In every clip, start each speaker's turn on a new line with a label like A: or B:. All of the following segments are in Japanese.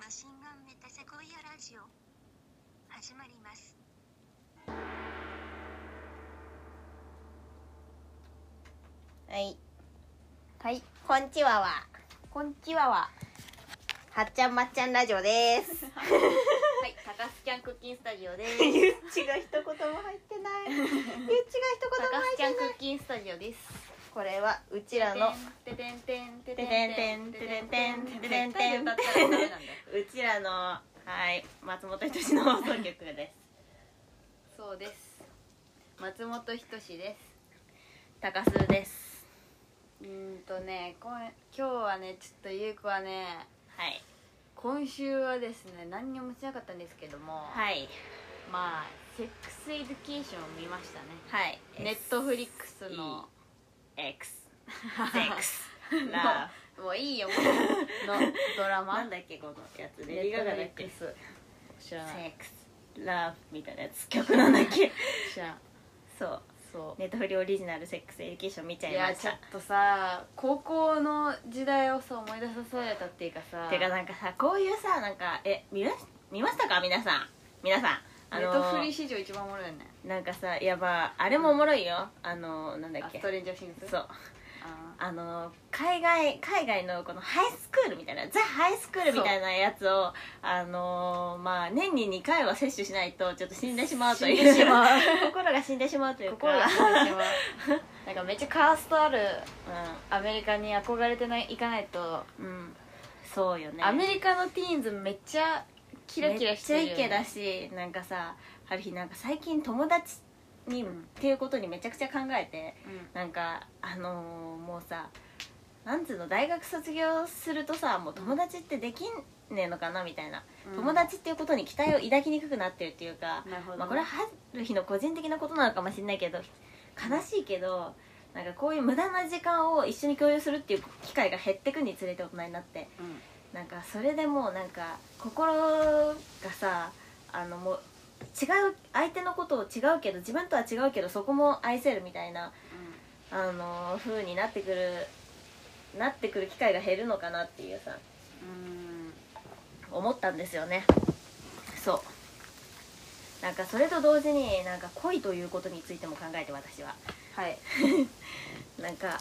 A: シンガンメタセコイアラジオ始まります。
B: はい
C: はい、
B: こんちは
C: こんちはは。
B: はっちゃんまっちゃんラジオです
C: はい、高須キャンクッキンスタジオです。
B: ゆっちが一言も入ってないゆっちが一言も
C: 高須キャン
B: 入ってない。
C: クッキンスタジオです。
B: これはうちらの
C: ててんてんて
B: て
C: てん
B: てんてんてんてんてんてんてん
C: 歌ったらダメなんだよ。
B: うちらのはい松本人志の放送局です
C: そうです。松本人志です。
B: 高須です。
C: ね、今日はね、ちょっとゆうこはね、
B: はい
C: 今週はですね、何にもしなかったんですけども、
B: はい
C: まあセックスエデュケーションを見ましたね。
B: はい
C: ネットフリックスの
B: X セックスラ
C: もういいよもうのドラマ。
B: なんだっけこのやつレディー・ガガだっけセ
C: 知らない。
B: ックスラブみたいなやつ曲なんだっけ
C: 知らん。
B: そう
C: そう
B: ネットフリオリジナルセックスエデュケーション見ちゃい
C: い
B: ました
C: やちょっとさ、高校の時代をさ思い出さされたっていうかさ、
B: てかなんかさこういうさなんか見ましたか皆さん
C: ネットフリ史上一番おもろいよね。
B: なんかさやばあれもおもろいよなんだっけ
C: ストレンジャーシングス。
B: そう
C: あ
B: 海外のこのハイスクールみたいなザ・ハイスクールみたいなやつをまあ年に2回は摂取しないとちょっと死んでしまうという
C: 死んでしまう
B: 心が死んでしまうというか
C: 心が死んでしまうなんかめっちゃカーストある
B: う
C: アメリカに憧れていかないと、
B: そうよね
C: アメリカのティーンズめっちゃキラキラしてるよ、ね、
B: めっちゃイケだしなんかさある日なんか最近友達に、っていうことにめちゃくちゃ考えて、なんかもうさなんつうの大学卒業するとさもう友達ってできんねえのかなみたいな、友達っていうことに期待を抱きにくくなってるっていうか、
C: なるほどね。
B: まあ、これはある日の個人的なことなのかもしれないけど悲しいけどなんかこういう無駄な時間を一緒に共有するっていう機会が減ってくにつれて大人になって、なんかそれでもうなんか心がさもう違う相手のことを違うけど自分とは違うけどそこも愛せるみたいな風になってくる機会が減るのかなっていうさ思ったんですよね。そうなんかそれと同時になんか恋ということについても考えて私は
C: はい
B: なんか、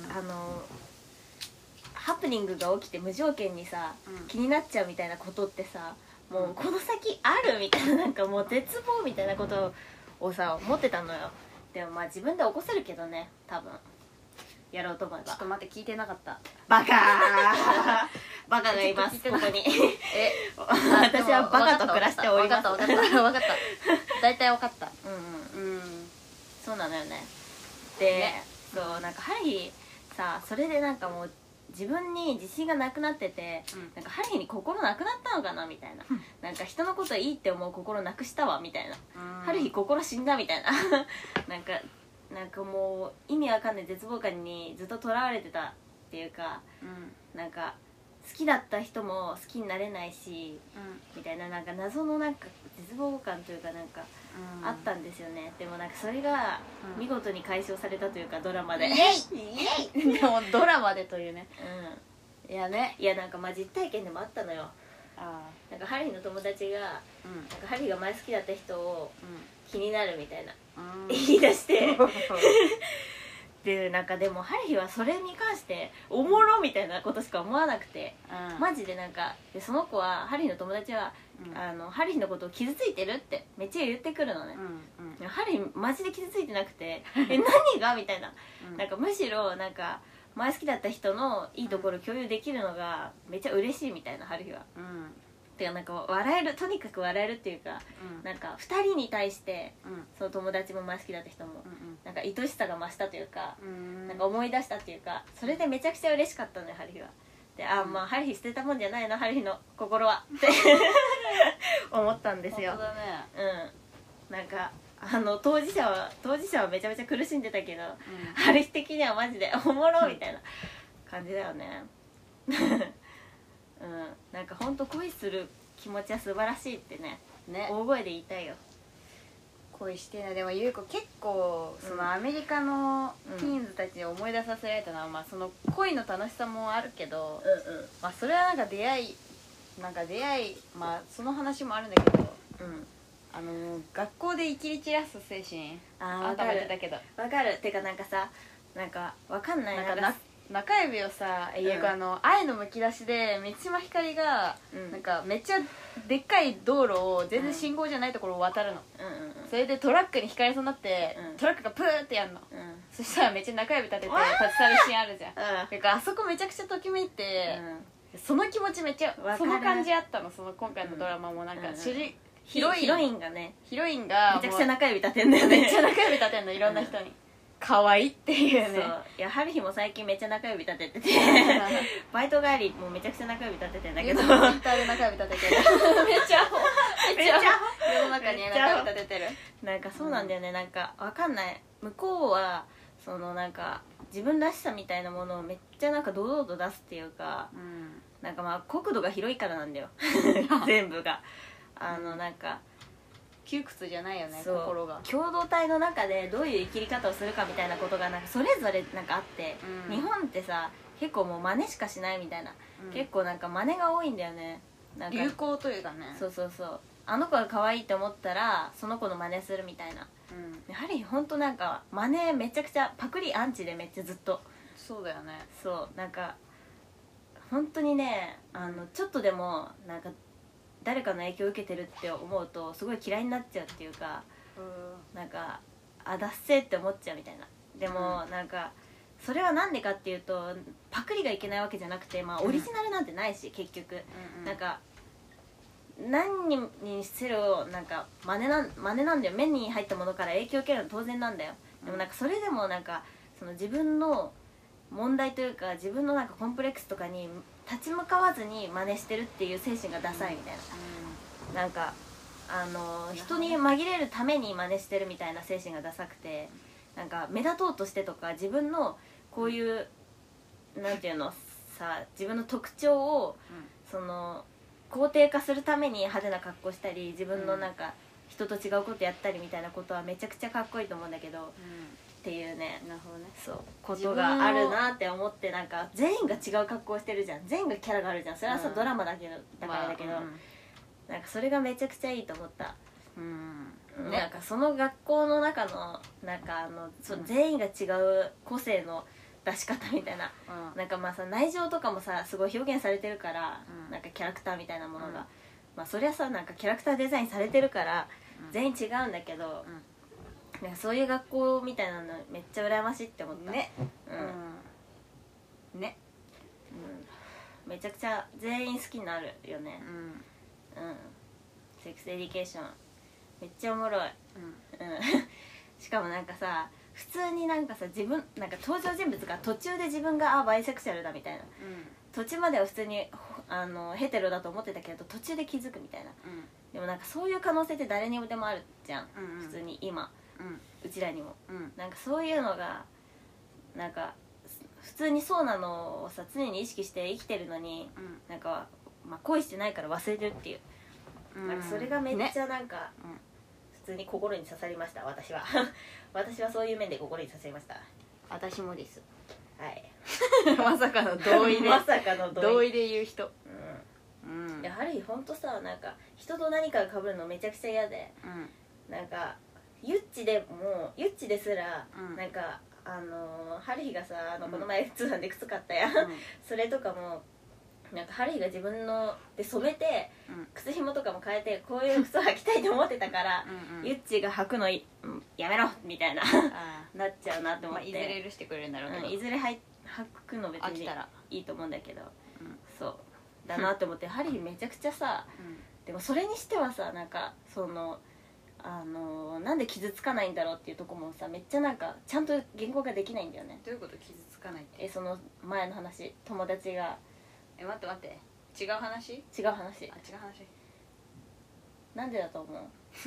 B: ハプニングが起きて無条件にさ、気になっちゃうみたいなことってさもうこの先あるみたいななんかもう絶望みたいなことをさ思ってたのよ。でもまあ自分で起こせるけどね多分やろうと思えば。
C: ちょっと待って、聞いてなかった。
B: バカバカがいますここに私はバカと暮らしております。
C: 分かった大体分かった
B: そうなのよね。で、
C: ね、
B: そうなんかハリーさそれでなんかもう自分に自信がなくなってて、なんかハリーに心なくなったのかなみたいな、なんか人のこといいって思う心なくしたわみたいな、ハリー心死んだみたいななんかもう意味わかんない絶望感にずっととらわれてたっていうか、なんか好きだった人も好きになれないし、みたいななんか謎のなんか絶望感というかなんかあったんですよね。でもなんかそれが見事に解消されたというかドラマで、
C: イエイでもドラマでというね。いやね、
B: いやなんかまあ実体験でもあったのよ。なんかハリーの友達が、なんかハリーが前好きだった人を気になるみたいな、言い出してでなんかでもハリーはそれに関しておもろみたいなことしか思わなくて、マジでなんかでその子はハリーの友達は、ハリーのことを傷ついてるってめっちゃ言ってくるのね、ハリーマジで傷ついてなくて何がみたいな、なんかむしろなんか前好きだった人のいいところ共有できるのがめっちゃ嬉しいみたいな、ハリーは。てかなんか笑える、とにかく笑えるっていうか、なんか2人に対して、その友達も前好きだった人も、なんか愛しさが増したというか、なんか思い出したっていうか、それでめちゃくちゃ嬉しかったのよハリーは。でまあハリー捨てたもんじゃないのハリーの心はって思ったんですよ。
C: 本当だね。
B: なんか当事者はめちゃめちゃ苦しんでたけど、ハリー的にはマジでおもろみたいな感じだよねなんか本当恋する気持ちは素晴らしいってね大声で言いたいよ。
C: 恋してない。でも優子結構そのアメリカのティーンズたちに思い出させられたのは、まあその恋の楽しさもあるけど、まあそれはなんか出会いなんか出会い、まあその話もあるんだけど、
B: うん
C: 学校でイキリ散らす精神、
B: あ
C: んたも言ってたけど、
B: わかる。てかなんかさ、なんかわかんない、
C: なんか中指をさ、よく愛のむき出しで満島ひかりが、なんかめっちゃでっかい道路を全然信号じゃないところを渡るの、それでトラックにひかれそうになって、トラックがプーってやんの、そしたらめっちゃ中指立てて立ち去るシーンあるじゃん、だからあそこめちゃくちゃときめいて、その気持ちめっちゃその感じあったの。その今回のドラマもなんかヒロインがめちゃ
B: くちゃ中指立てんだよね。
C: めっちゃ中指立てんの、いろんな人に。可愛いっていうね。
B: そういや、春日も最近めっちゃ中指立てててバイト帰りもめちゃくちゃ中指立ててんだけど、
C: ツイッターで中指立ててるめっちゃ世の中に中指立ててる。
B: なんかそうなんだよね、なんかわかんない。向こうはそのなんか自分らしさみたいなものをめっちゃなんか堂々と出すっていうか、なんかまあ国土が広いからなんだよ全部がなんか
C: 窮屈じゃないよね、心が。
B: 共同体の中でどういう生きり方をするかみたいなことがなんかそれぞれなんかあって、日本ってさ結構もう真似しかしないみたいな、結構なんか真似が多いんだよね。なんか
C: 流行というかね。
B: そうあの子が可愛いって思ったらその子の真似するみたいな、やはり本当なんか真似めちゃくちゃパクリアンチでめっちゃずっと。
C: そうだよね。
B: そうなんか本当にね、ちょっとでもなんか誰かの影響を受けてるって思うとすごい嫌いになっちゃうっていうか、なんかダッセーって思っちゃうみたいな。でもなんかそれはなんでかっていうとパクリがいけないわけじゃなくて、まあオリジナルなんてないし結局、なんか何にせよなんか真似なんだよ。目に入ったものから影響を受けるのは当然なんだよ。でもなんかそれでもなんかその自分の問題というか自分のなんかコンプレックスとかに立ち向かわずに真似してるっていう精神がダサいみたいな、なんか人に紛れるために真似してるみたいな精神がダサくて、なんか目立とうとしてとか自分のこういうなんていうのさ、自分の特徴をその肯定化するために派手な格好したり自分のなんか人と違うことやったりみたいなことはめちゃくちゃかっこいいと思うんだけど、っていうね、
C: なるほどね、
B: そうことがあるなって思って、なんか全員が違う格好してるじゃん、全員がキャラがあるじゃん。それはさ、ドラマだからだけど、なんかそれがめちゃくちゃいいと思った。なんかその学校の中のなんか全員が違う個性の出し方みたいな、なんかまあさ内情とかもさすごい表現されてるから、なんかキャラクターみたいなものが、まあそりゃさなんかキャラクターデザインされてるから全員違うんだけど、なんかそういう学校みたいなのめっちゃ羨ましいって思ったね。めちゃくちゃ全員好きになるよね。セックスエデュケーションめっちゃおもろい。しかもなんかさ普通になんかさ自分なんか登場人物が途中で自分がバイセクシャルだみたいな、途中までは普通にヘテロだと思ってたけど途中で気づくみたいな、でもなんかそういう可能性って誰にでもあるじゃん、普通に今、うちらにも、なんかそういうのがなんか普通にそうなのをさ常に意識して生きてるのに、なんか、まあ、恋してないから忘れてるっていう、なんかそれがめっちゃなんか、普通に心に刺さりました。私は私はそういう面で心に刺さりました。
C: 私もです。
B: はい
C: まさかの同意で
B: まさかの
C: 同意で言う人。
B: やはりほんとさ、なんか人と何かが被るのめちゃくちゃ嫌で、なんかユッチですら、なんか春日がさこの前通販で靴買ったやん、それとかもなんか春日が自分ので染めて、靴紐とかも変えてこういう靴を履きたいと思ってたからユッチが履くのやめろみたいななっちゃうなって思って、
C: いずれ許してくれるんだろうけど、
B: いずれ履くの別にいいと思うんだけど、そうだなって思って春日めちゃくちゃさ、でもそれにしてはさなんかそのなんで傷つかないんだろうっていうとこもさめっちゃなんかちゃんと言語ができないんだよね。
C: どういうこと？傷つかないって。
B: その前の話、友達が
C: 待って違う話。
B: 違う話なんでだと思う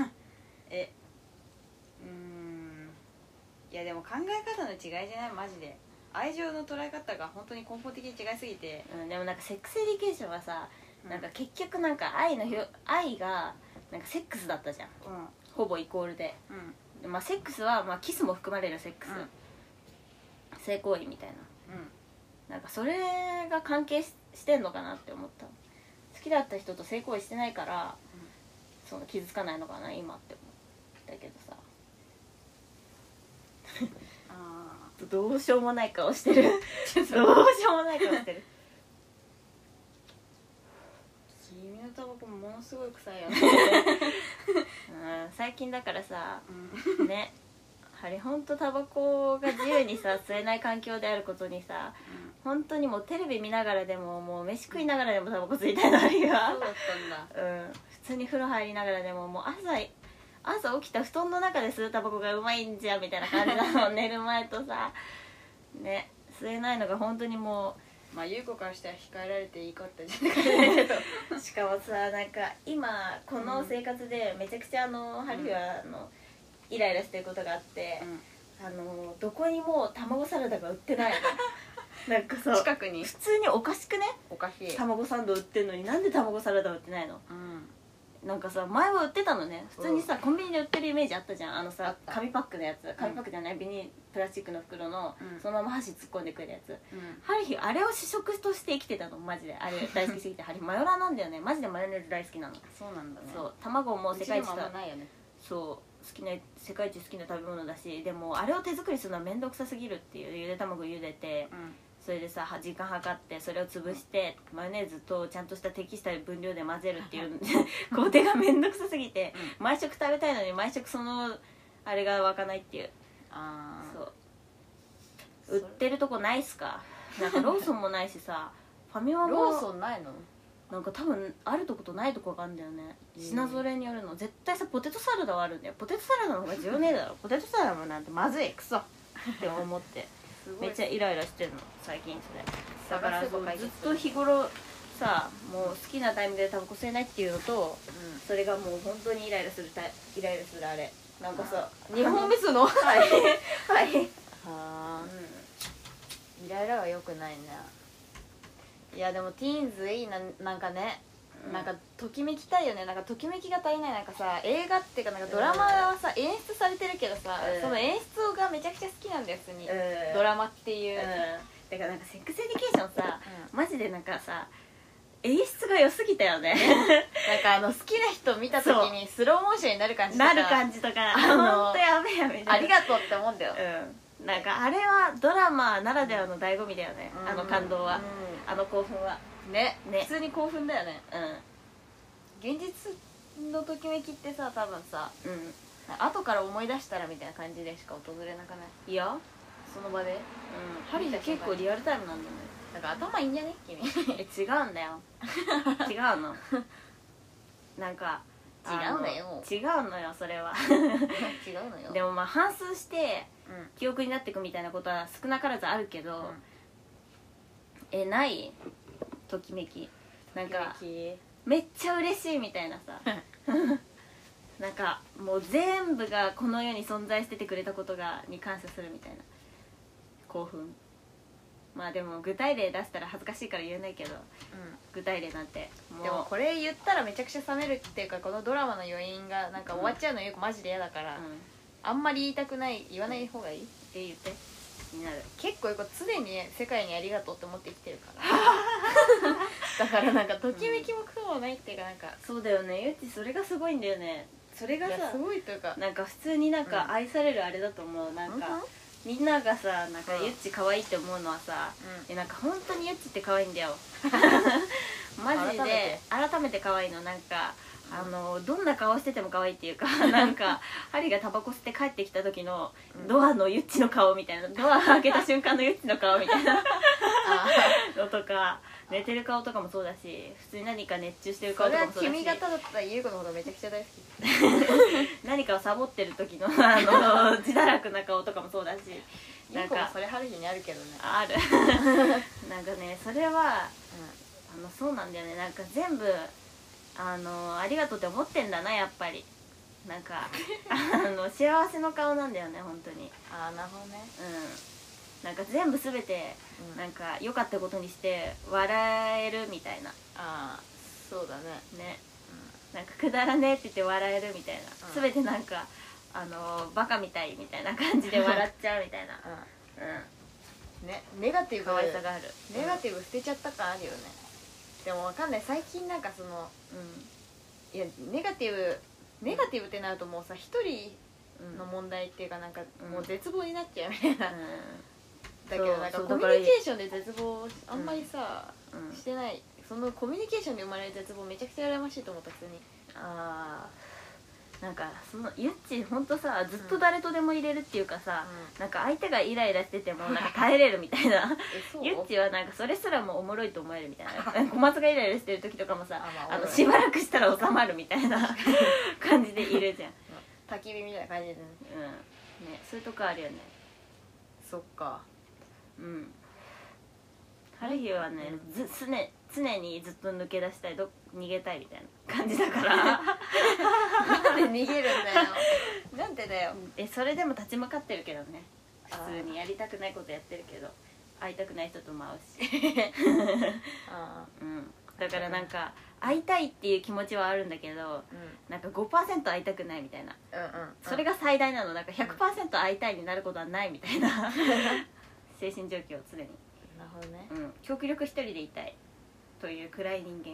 C: いやでも考え方の違いじゃない？マジで愛情の捉え方が本当に根本的に違いすぎて、
B: でもなんかセックスエデュケーションはさ、なんか結局なんか愛がなんかセックスだったじゃん、ほぼイコールで、まあセックスはまあキスも含まれるセックス、性行為みたいな、なんかそれが関係してんのかなって思った。 きだった人と性行為してないから、その傷つかないのかな今って思ったけどさどうしようもない顔してるどうしようもない顔してる
C: 君のタバコものすごい臭いよね
B: 最近だからさ、ねやはりほんとタバコが自由にさ吸えない環境であることにさ、本当にもうテレビ見ながらでももう飯食いながらでもタバコ吸いたいのあるよ。
C: そうだったんだ。
B: 普通に風呂入りながらでももう朝起きた布団の中で吸うタバコがうまいんじゃみたいな感じなの寝る前とさね、吸えないのが本当にもう、
C: まあ優子からしたら控えられていいかったんじゃないかと
B: しかもさ、なんか今この生活でめちゃくちゃハリーはイライラしてることがあって、どこにも卵サラダが売ってないのなんかさ、
C: 近くに
B: 普通におかしくね、
C: おかしい
B: 卵サンド売ってんのになんで卵サラダ売ってないの、なんかさ前は売ってたのね、普通にさ、コンビニで売ってるイメージあったじゃん、紙パックのやつ、紙パックじゃない、プラスチックの袋の、そのまま箸突っ込んでくるやつ、ハリーあれを主食として生きてたの、マジであれ大好きすぎてハリーマヨラーなんだよね、マジでマヨネーズ大好きなの。
C: そうなんだね。
B: そう、卵も世界一
C: ないよね。
B: そう好きな世界一好きな食べ物だし、でもあれを手作りするのは面倒くさすぎるっていう、ゆで卵茹でて、それでさ時間計ってそれを潰してマヨネーズとちゃんとした適した分量で混ぜるっていう工程が面倒くさすぎて、毎食食べたいのに毎食そのあれが湧かないっていう。そう売ってるとこないっすか？なんかローソンもないしさファミマも
C: ローソンないの？
B: なんか多分あるとことないとこがあるんだよね、品ぞれによるの。絶対さポテトサラダはあるんだよ、ポテトサラダの方が重要ねえだろポテトサラダもなんてまずいクソって思ってめっちゃイライラしてるの最近それだから。ずっと日頃さ、もう好きなタイミングでタバコ吸えないっていうのと、それがもう本当にイライラするあれなんかさ、
C: 日本味噌の
B: はいはい
C: はあ、イライラは良くないね。いやでもティーンズいいな、なんかね、なんかときめきたいよね。なんかときめきが足りない。なんかさ映画っていうかなんかドラマはさ、演出されてるけどさ、その演出がめちゃくちゃ好きなんだよ普通に、ドラマっていう、だからなんかセックスエディケーションさ、マジでなんかさ演出が良すぎたよねなんか好きな人見た時にスローモーションになる感じとか
B: ほんとやべえやべえ
C: ありがとうって思うんだよ。
B: なんかあれはドラマならではの醍醐味だよね、あの感動は、あの興奮は
C: ね、普通に興奮だよね。現実のときめきってさ、多分さ、後から思い出したらみたいな感じでしか訪れなくない？
B: いや
C: その場で。
B: ハリー結構リアルタイムなんだよね。
C: なんか頭いいんじゃね君
B: 違うんだよ違うのなんか
C: 違うんだよ
B: 違うのよそれは
C: 違うのよ。
B: でもまあ反芻して記憶になっていくみたいなことは少なからずあるけど、ないときめきなんかめっちゃ嬉しいみたいなさなんかもう全部がこの世に存在しててくれたことに感謝するみたいな興奮。まあでも具体例出したら恥ずかしいから言えないけど、具体例なんてもう
C: でもこれ言ったらめちゃくちゃ冷めるっていうか、このドラマの余韻がなんか終わっちゃうのよくマジで嫌だから、あんまり言いたくない、言わない方がいい？
B: 言って気になる。
C: 結構常に世界にありがとうって思って生きてるからだからなんかときめきも苦もないっていうか、なんか
B: そうだよね、ゆっちそれがすごいんだよね。それがさ
C: すごいというか、
B: なんか普通になんか愛されるあれだと思う。なんかみんながさなんかゆっち可愛いって思うのはさ、なんか本当にゆっちって可愛いんだよマジで改めて可愛いの。なんかどんな顔してても可愛いっていうかなんかハリーがタバコ吸って帰ってきた時のドアのゆっちの顔みたいな、ドア開けた瞬間のゆっちの顔みたいなのとか、寝てる顔とかもそうだし、普通に何か熱中してる顔とかもそうだし、
C: 君型だったら優子のことめちゃくちゃ大好き
B: 何かをサボってる時の自堕落な顔とかもそうだし、
C: 優子もそれ春日にあるけどね。
B: あるなんかねそれは、そうなんだよね。なんか全部ありがとうって思ってんだなやっぱり。なんか幸せの顔なんだよね本当に。
C: なるほどね。
B: なんか全部全てなんか良かったことにして笑えるみたいな。
C: そうだね。
B: なんかくだらねえって言って笑えるみたいな、全てなんかバカみたいみたいな感じで笑っちゃうみたいな
C: ね、ネガティブ
B: 可愛さがある。
C: ネガティブ捨てちゃった感あるよね。 でもわかんない、最近なんかその、いやネガティブってなるともうさ一人の問題っていうかなんかもう絶望になっちゃうみたいな、だけどなんかコミュニケーションで絶望あんまりさ、してない。そのコミュニケーションで生まれる絶望めちゃくちゃ羨ましいと思った普通に。
B: なんかそのゆっちほんとさずっと誰とでも入れるっていうかさ、なんか相手がイライラしててもなんか耐えれるみたいなゆっちはなんかそれすらもおもろいと思えるみたいな小松がイライラしてる時とかもさしばらくしたら収まるみたいな感じでいるじゃん
C: 焚き火みたいな感じでね、
B: ね、そういうとこあるよね。
C: そっか。
B: 春日はね、常にずっと抜け出したい逃げたいみたいな感じだから
C: なんで逃げるんだよなんでだよ。
B: それでも立ち向かってるけどね、普通にやりたくないことやってるけど会いたくない人とも会うしだからなんか会いたいっていう気持ちはあるんだけど、なんか 5% 会いたくないみたいな、それが最大なの。なんか 100% 会いたいになることはないみたいな精神状況を常に。
C: なるほどね。
B: 極力一人でいたいという暗い人間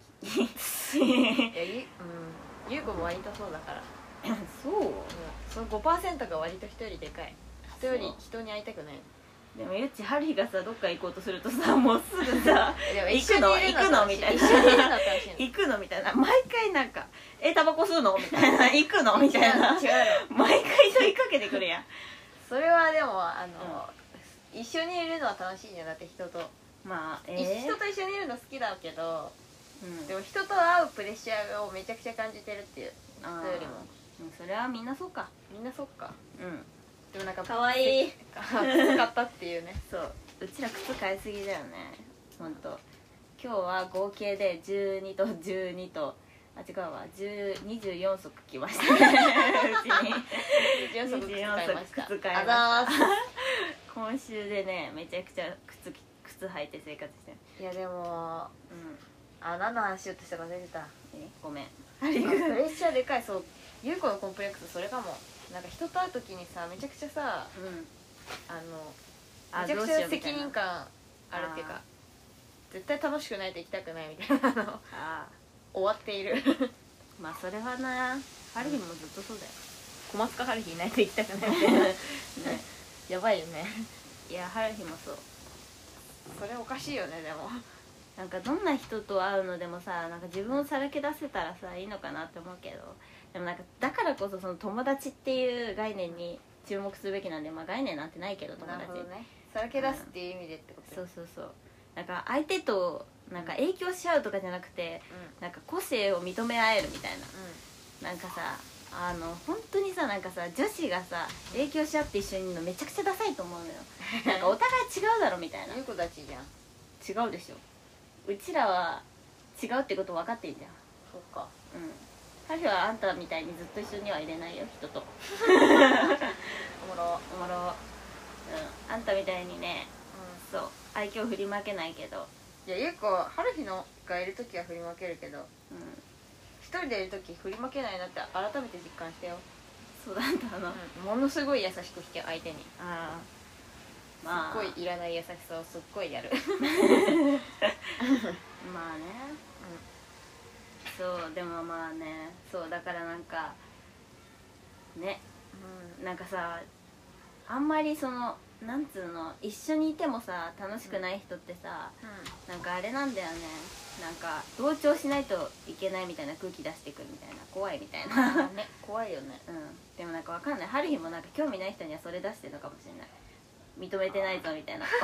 C: ゆう子も割とそうだから
B: そう、
C: その 5% が割と一人でかい。人より人に会いたくない。
B: でもゆっち春日がさどっか行こうとするとさもうすぐさ行くのみたいな行くのみたいな、毎回なんかタバコ吸うのみたいな行くのみたいな毎回問いかけてくるやん。
C: それはでも一緒にいるのは楽しいじゃん。だって人と人と一緒にいるの好きだけど、でも人と会うプレッシャーをめちゃくちゃ感じてるっていう人よりも。
B: それはみんなそうか。
C: みんなそっか。でもなんか
B: かわいい
C: 使ったっていうね。
B: そううちら靴買いすぎだよねほんと。今日は合計で12と12と違うわ24足着ましたねうちに24足靴買いました今週でねめちゃくちゃ靴履いて生活してる。
C: いやでも何の話しようとしたか忘れてた。
B: ごめん
C: プレッシャーでかい。そうゆう子のコンプレックスそれかも。なんか人と会う時にさめちゃくちゃさめちゃくちゃ責任感あるっていうか絶対楽しくないと行きたくないみたいなの終わっている
B: まあそれはな春日もずっとそうだよ。
C: 小松か春日いないと行きたくないみたいなねやばいよね。
B: いや春日もそう。
C: それおかしいよね。でも
B: なんかどんな人と会うのでもさなんか自分をさらけ出せたらさいいのかなって思うけど、でもなんかだからこそその友達っていう概念に注目するべきなんで、まあ概念なんてないけど友達。
C: なるほどね。さらけ出すっていう意味でってこと。
B: そうなんか相手となんか影響し合うとかじゃなくて、なんか個性を認め合えるみたいな、なんかさ本当にさなんかさ女子がさ影響し合って一緒にいるのめちゃくちゃダサいと思うのよなんかお互い違うだろみたいな。
C: いい子たちじゃ
B: 違
C: ん。
B: うでしょ。うちらは違うってこと分かってんじゃん。
C: そっか。
B: 春日はあんたみたいにずっと一緒にはいれないよ人と
C: おもろ
B: あんたみたいにね、そう愛嬌振りまけないけど。
C: いやゆう子春日のがいる時は振りまけるけど、一人でいる時振りまけないなって改めて実感してよ。
B: そうだったの、
C: ものすごい優しくして相手に。
B: まあ
C: すっごいいらない優しさをすっごいやる
B: まあね、そうでもまあねそうだからなんかね、なんかさあんまりそのなんつうの一緒にいてもさ楽しくない人ってさ、なんかあれなんだよね、なんか同調しないといけないみたいな空気出してくるみたいな、怖いみたいな
C: ね、怖いよね。
B: でもなんかわかんない、春日もなんか興味ない人にはそれ出してるのかもしれない、認めてないぞみたいな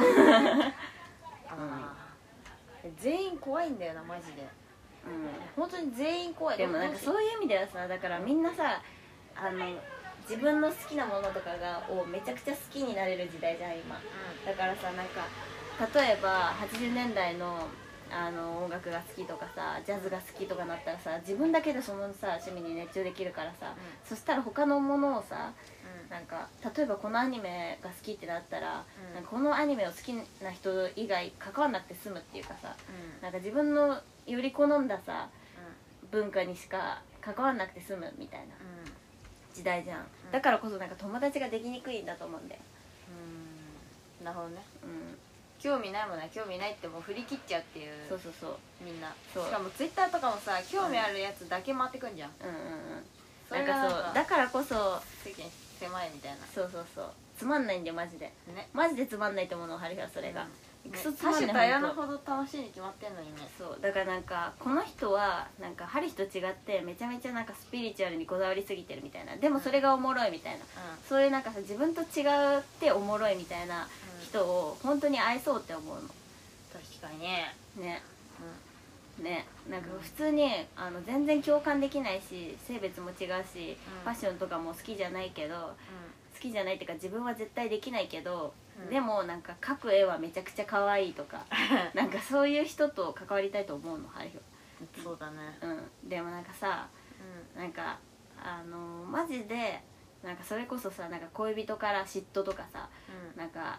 C: 全員怖いんだよなマジで。本当に全員怖い。
B: でもなんかそういう意味ではさ、だからみんなさ自分の好きなものとかをめちゃくちゃ好きになれる時代じゃん今、だからさなんか例えば80年代の音楽が好きとかさジャズが好きとかなったらさ自分だけでそのさ趣味に熱中できるからさ、そしたら他のものをさ、なんか例えばこのアニメが好きってなったら、なんかこのアニメを好きな人以外関わんなくて済むっていうかさ、なんか自分のより好んださ、文化にしか関わんなくて済むみたいな時代じゃん、だからこそなんか友達ができにくいんだと思うんだよ。
C: なるほどね。 興味ないものは興味ないってもう振り切っちゃうっていう。
B: そうそうそう、
C: みんな。
B: そう
C: しかもツイッターとかもさ、興味あるやつだけ回ってくんじゃん。それが
B: なんかそうだからこそ
C: 世間狭いみたいな。
B: そうそうそう、つまんないんだよマジで
C: ね。
B: マジでつまんないと思うの、ハリーはそれが、クソつ
C: 多
B: まんない。
C: 種多様なほど楽しいに決まってんのにね。
B: そうだからなんかこの人はなんかハリーと違ってめちゃめちゃなんかスピリチュアルにこだわりすぎてるみたいな、でもそれがおもろいみたいな、そういうなんかさ自分と違っておもろいみたいな人を本当に愛そうって思うの。
C: 確かにね。
B: ね、ね、なんか普通に全然共感できないし、性別も違うし、ファッションとかも好きじゃないけど、好きじゃないっていうか自分は絶対できないけど、でもなんか描く絵はめちゃくちゃ可愛いとかなんかそういう人と関わりたいと思うの、ハリーは。
C: そうだね。
B: でもなんかさ、なんかマジでなんかそれこそさ、なんか恋人から嫉妬とかさ、なんか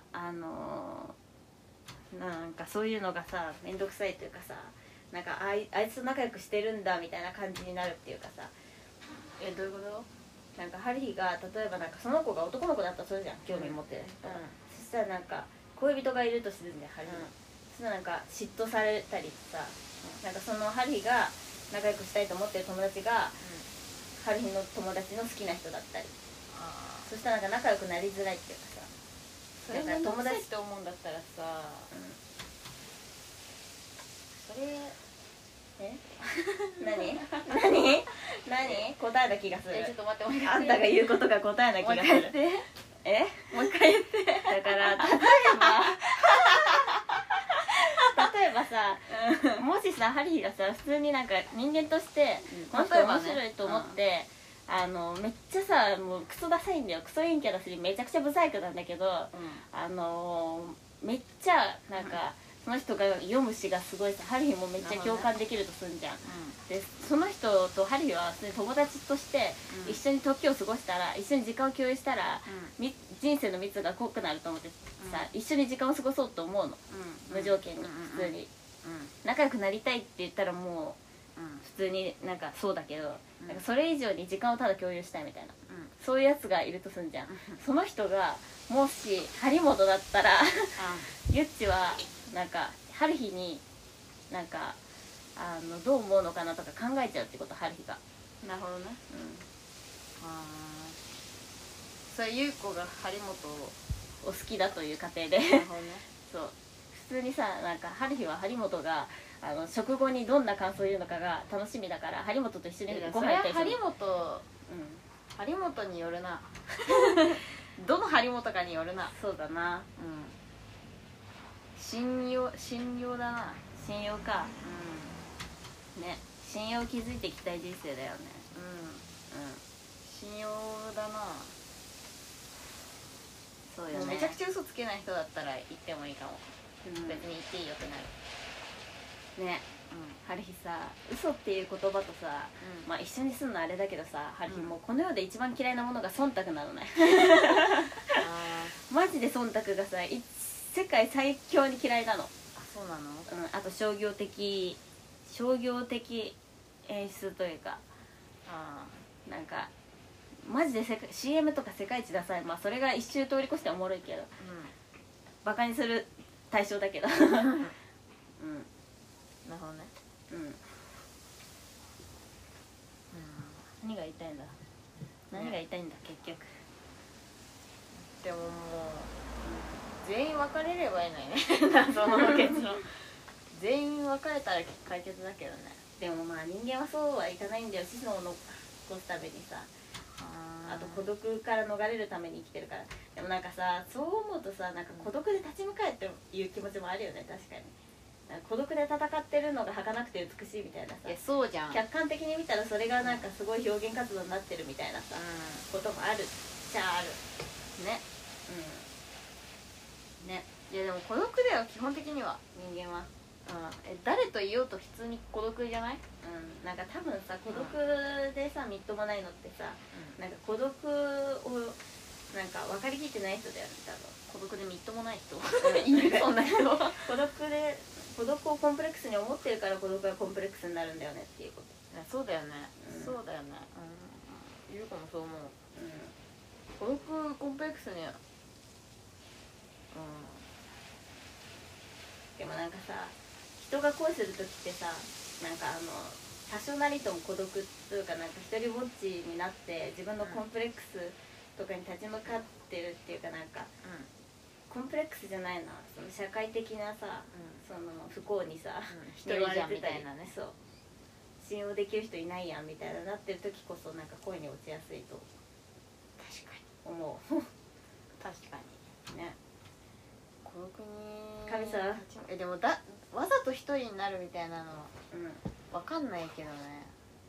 B: なんかそういうのがさ面倒くさいというかさ、なんかあいつと仲良くしてるんだみたいな感じになるっていうかさ。
C: どういうこと？
B: なんかハリーが例えばなんかその子が男の子だったらそれじゃん、興味持ってる人が、そしたらなんか恋人がいるとするんだよ、ハリー、そしたらなんか嫉妬されたりさ、なんかそのハリーが仲良くしたいと思ってる友達が、ハリーの友達の好きな人だったり、そしたらなんか仲良くなりづらいっていうかさ、
C: それが友達って思うんだったらさ、それ
B: 何答えな気がする。
C: ちょっと待って、もう一回
B: あんたが言うことが答えな気がする。
C: もう一回言って。
B: だから例えばさ、もしさハリーがさ普通になんか人間としてこの人面白いと思って、めっちゃさもうクソダサいんだよ、クソ陰キャだしめちゃくちゃブサイクなんだけど、めっちゃなんか、その人が読む詩がすごいさ、ハリーもめっちゃ共感できるとすんじゃん、でその人とハリーは普通に友達として一緒に時を過ごしたら、一緒に時間を共有したら、人生の蜜が濃くなると思ってさ、一緒に時間を過ごそうと思うの、無条件に普通に、仲良くなりたいって言ったらもう普通になんかそうだけど、なんかそれ以上に時間をただ共有したいみたいな、そういうやつがいるとすんじゃん、その人がもし張本だったらゆっちはなんかハリーになんかどう思うのかなとか考えちゃうってこと、ハリーが。
C: なるほどね。それ優子が張本
B: を好きだという過程で
C: なるほどね
B: そう普通にさ、なんかハリーは張本が食後にどんな感想を言うのかが楽しみだから、張本と一緒にご飯行ったりする。
C: 張本によるなどの張本かによるな。
B: そうだな、
C: 信用だな。
B: 信用か、ね、信用を築いていきたい人生だよね。
C: 信用だな。
B: そうよね。
C: もうめちゃくちゃ嘘つけない人だったら言ってもいいかも、別に言っていいよってなる
B: ね。ハリーさ、嘘っていう言葉とさ、まあ一緒にすんのあれだけどさ、ハリーもうこの世で一番嫌いなものが忖度なのねマジで忖度がさ世界最強に嫌いなの。
C: そうなの？
B: あと商業的演出というか、なんかマジでCM とか世界一ダサい、まあそれが一周通り越しておもろいけど、バカにする対象だけどなるほどね。何が言いたいんだ、何が言いたいんだ結局。
C: でももう全員別れればいいのにねその結論全員別れたら解決だけどね。
B: でもまあ人間はそうはいかないんだよ、子孫を残すためにさ、あと孤独から逃れるために生きてるから。でもなんかさ、そう思うとさ、なんか孤独で立ち向かえっていう気持ちもあるよね、確かに。孤独で戦ってるのが儚くて美しいみたいなさ、
C: そうじゃん。
B: 客観的に見たらそれがなんかすごい表現活動になってるみたいなさ、こともあるっちゃあるね。ね。
C: いやでも孤独だよ基本的には
B: 人間は。
C: 誰といようと普通に孤独じゃない？
B: なんか多分さ、孤独でさみっともないのってさ、なんか孤独をなんか分かりきってない人だよね、多分。
C: 孤独でみっともない人いるそんな人
B: 孤独をコンプレックスに思ってるから孤独がコンプレックスになるんだよねっていうこと。
C: そうだよね、そうだよね。ゆう子もそう思う。孤独コンプレックスに
B: けもなんかさ、人が恋する時ってさ、なんか多少なりとも孤独というか、なんか一人ぼっちになって自分のコンプレックスとかに立ち向かってるっていうか、なんか、コンプレックスじゃないな、その社会的なさ、その不幸にさ、
C: 一人じゃんみたいなね。
B: そう、信用できる人いないやんみたいななってる時こそ、なんか恋に落ちやすいと
C: 確かに
B: 思う
C: 確かに
B: ね。
C: 孤独に
B: 神様
C: でもわざと一人になるみたいなのは分かんないけどね。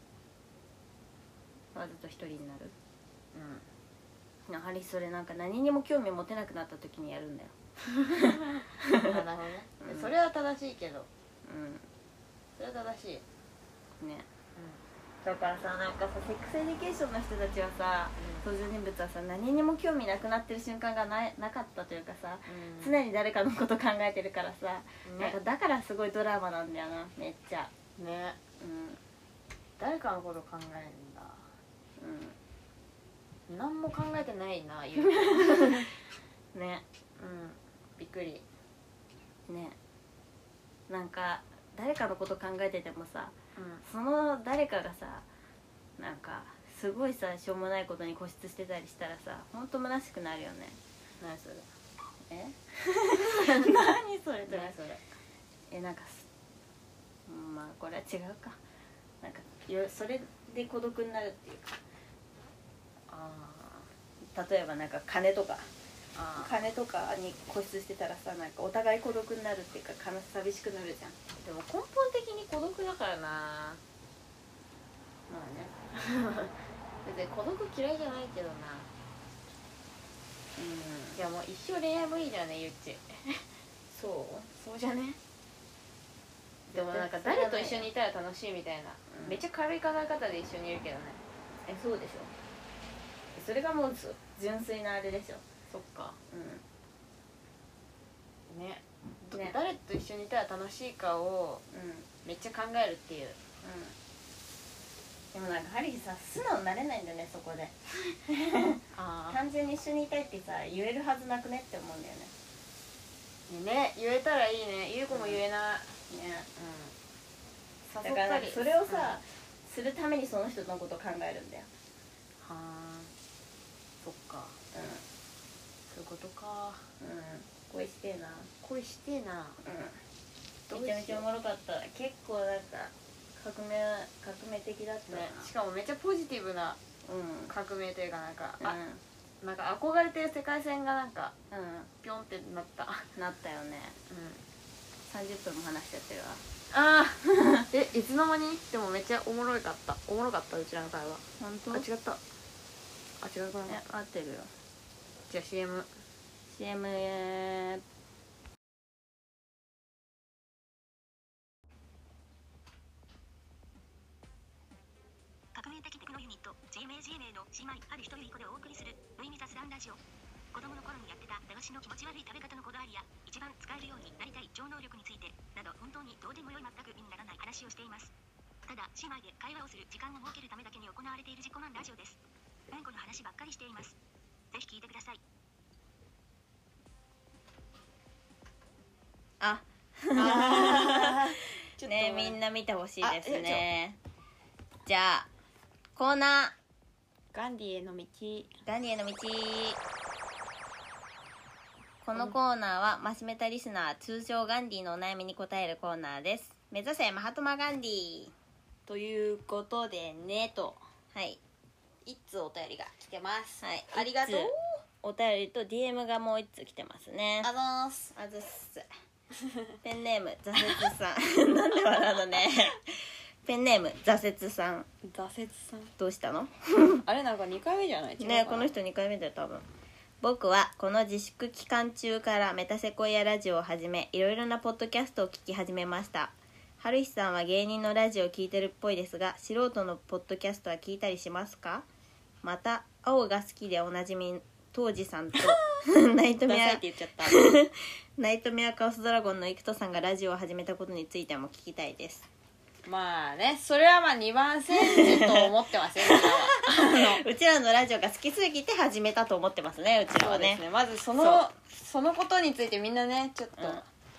B: わざと一人になる。
C: うん
B: やはりそれなんか何にも興味持てなくなった時にやるんだよ
C: なるほどね、それは正しいけど、それは正しい
B: ね。だからさ、なんかさ、セックスエデュケーションの人たちはさ、登場人物はさ、何にも興味なくなってる瞬間がなかったというかさ、常に誰かのこと考えてるからさ、なんかだからすごいドラマなんだよな、めっちゃ
C: ね。誰かのこと考えるんだ。何も考えてないな、言う
B: ね。
C: びっくり
B: ね。なんか誰かのこと考えててもさ、その誰かがさ、なんかすごいさ、しょうもないことに固執してたりしたらさ、ほんと虚しくなるよね。
C: 何それ
B: 何それって
C: 何それ
B: なんかまあこれは違うか。なんかそれで孤独になるっていうか、例えばなんか金とかに固執してたらさ、なんかお互い孤独になるっていうか、寂しくなるじゃん。
C: でも根本的に孤独だからな。
B: まあね
C: 別に孤独嫌いじゃないけどな。いやもう一生恋愛もいいじゃんね、ゆっち。そうじゃね。でもなんか誰と一緒にいたら楽しいみたいな、めっちゃ軽い考え方で一緒にいるけどね。
B: そうでしょ。それがもう純粋なあれでしょ。
C: そっか。ね。誰と一緒にいたら楽しいかをめっちゃ考えるっていう。
B: でもなんかハリーさ、素直になれないんだよね、そこで単純に一緒にいたいってさ、言えるはずなくねって思うんだよね。
C: ね、言えたらいいね。ゆう子も言えない
B: ね。
C: だ
B: だからそれをさ、するためにその人のことを考えるんだよ。
C: はあ、そっか。そういうことか。
B: 恋してえな。
C: 恋してえな。
B: めちゃめちゃおもろかった。結構なんか革命的だったね。
C: しかもめっちゃポジティブな革命というか、なんかなんか憧れてる世界線がなんかピョンってなった
B: よね。30分も話しちゃってるわ。
C: いつの間に。でもめっちゃおもろかった、うちらの会話。
B: 本当？
C: 違った。違うかな。
B: 合ってるよ。
C: じゃあ CM
A: 革命的テクノユニット JMAGMA の姉妹ある人よりこでお送りする無意味雑談ラジオ。子供の頃にやってた駄菓子の気持ち悪い食べ方のこだわりや、一番使えるようになりたい超能力についてなど、本当にどうでもよい、全く意味にならない話をしています。ただ姉妹で会話をする時間を設けるためだけに行われている自己満ラジオです。うんこの話ばっかりしています。ぜひ聞いてください。
B: ね、みんな見てほしいですね。じゃあコーナー、
C: ガンディへの道。
B: このコーナーはマシメタリスナー、通称ガンディのお悩みに答えるコーナーです。目指せマハトマガンディ
C: ということでねと、
B: 一
C: 通お便りが来てます。
B: ありがとう。お便りと DM がもう一通来てますね。
C: あざーす。
B: ペンネーム挫折さんなんで笑うのね。ペンネーム挫折さん。どうしたの？
C: あれ、なんか2回目じゃない？
B: ね、この人2回目だよ多分。僕はこの自粛期間中からメタセコイアラジオをはじめ、いろいろなポッドキャストを聞き始めました。はるひさんは芸人のラジオを聞いてるっぽいですが、素人のポッドキャストは聞いたりしますか？また、青が好きでおなじみ当時さんとナイトメアカオスドラゴンのイクトさんがラジオを始めたことについても聞きたいです。
C: まあね、それはまあ2番煎じと思ってますよ。
B: うちらのラジオが好きすぎて始めたと思ってますね、うちらはね。
C: まずそのことについてみんなね、ちょっと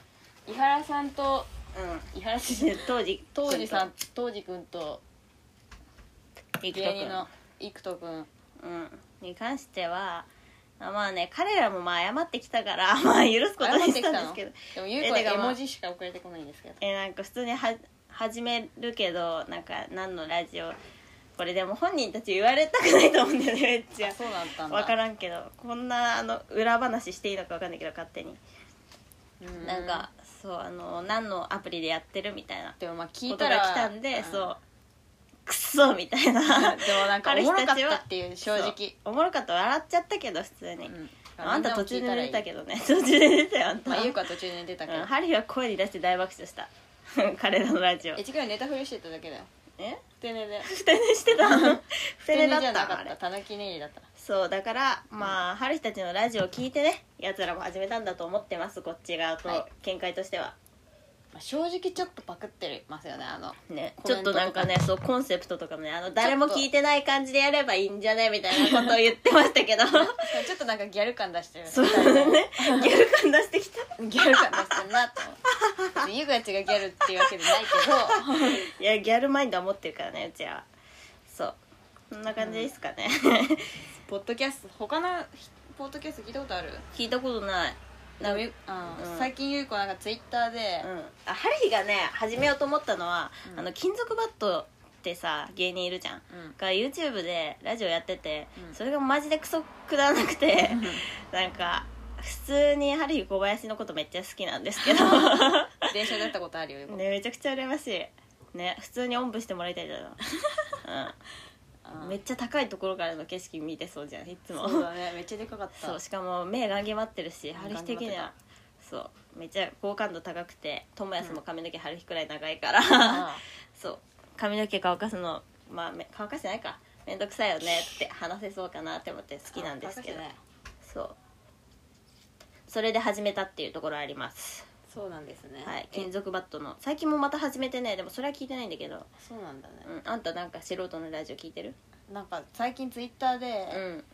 C: 井原さんと
B: 井原先生当時
C: くんと芸人の生人くん
B: に関してはまあね彼らもまあ謝ってきたからまあ許すことにしたんですけど、
C: でもゆうこは絵文字しか送れてこないんですけど、
B: なんか普通に始めるけどなんか何のラジオこれでも本人たち言われたくないと思うんだよねめっちゃ。
C: そうだったんだ。
B: 分からんけどこんな裏話していいのか分かんないけど勝手になんかそう何のアプリでやってるみたいな
C: でもまあ聞
B: ことが
C: いたら
B: 来たんで、そうクソみたいな
C: でもなんかおもろかったっていう正直
B: おもろかった笑っちゃったけど普通に、あんた途中で寝たけどね途中で寝たよあんた。
C: まあゆうこは途中で寝てたけど、
B: ハリーは声に出して大爆笑した彼らのラジオ。
C: 違うネタフリしてただけだよ。ふて寝で
B: ふて寝してたふて寝だった
C: じゃなかったたぬき寝入りだった。
B: そうだからまあハリーたちのラジオを聞いてねやつらも始めたんだと思ってますこっち側と、見解としては。
C: 正直ちょっとパクってますよね
B: ね、ちょっとなんかねそうコンセプトとかもね誰も聞いてない感じでやればいいんじゃねみたいなことを言ってましたけどちょ
C: っとなんかギャル感出してる
B: そうだねギャル感出してきた
C: ギャル感出してるなと思ってゆうがちがギャルっていうわけじゃないけど
B: いやギャルマインドは持ってるからねうちは。そうこんな感じですかね、
C: ポッドキャスト他のポッドキャスト聞いたことある？
B: 聞いたことない。
C: 最近ゆうこなんかツイッターで、
B: ハリーがね始めようと思ったのは、金属バットってさ芸人いるじゃん、が YouTube でラジオやってて、それがマジでクソくだらなくてなんか普通にハリー小林のことめっちゃ好きなんですけど
C: 電車で会ったことあるよ
B: ねめちゃくちゃ羨ましいね。普通におんぶしてもらいたいだなめっちゃ高いところからの景色見てそうじゃんいつも。
C: そうだねめっちゃでかかった。
B: そうしかも目がんぎまってるしハリー的にはそうめっちゃ好感度高くて友安も髪の毛ハリーくらい長いから、そう髪の毛乾かすのまあ乾かしてないかめんどくさいよねって話せそうかなって思って好きなんですけど、そうそれで始めたっていうところあります。
C: そうなんですね。
B: はい、金属バットの最近もまた始めてね。でもそれは聞いてないんだけど。
C: そうなんだね、
B: あんたなんか素人のラジオ聞いてる？
C: なんか最近ツイッターで、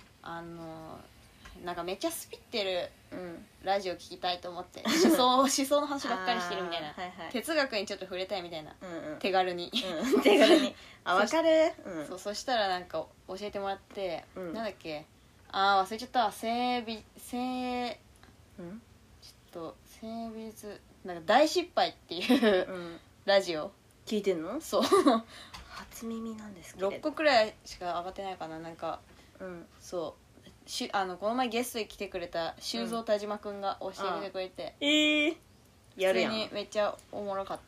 C: なんかめっちゃスピってるラジオ聞きたいと思って思想の話ばっかりしてるみたいな、哲学にちょっと触れたいみたいな、手軽に、
B: 手軽にわかる。
C: そしたらなんか教えてもらって、なんだっけ忘れちゃった性美術なんか大失敗っていうラジオ
B: 聞いてんの？
C: そう
B: 初耳なんですけど
C: 6個くらいしか上がってないかな。なんか、そうこの前ゲストに来てくれた修造田島くんが教えてくれて、
B: やるやん。
C: 普通にめっちゃおもろかった。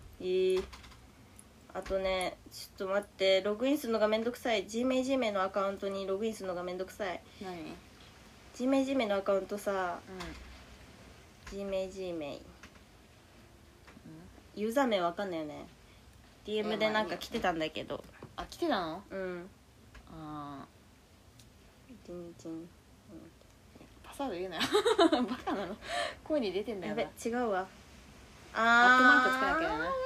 B: あとねちょっと待ってログインするのがめんどくさい。ジメのアカウントにログインするのがめんどくさい。
C: 何？
B: ジメのアカウントさ、ジメユーザー名わかんないよね。 DM でなんか来てたんだけど。
C: 来てたの？パスワード言うなよバカなの声に出てんだよな。
B: やべ違うわ。
C: アットマークつけなきゃだな。
B: わかんない。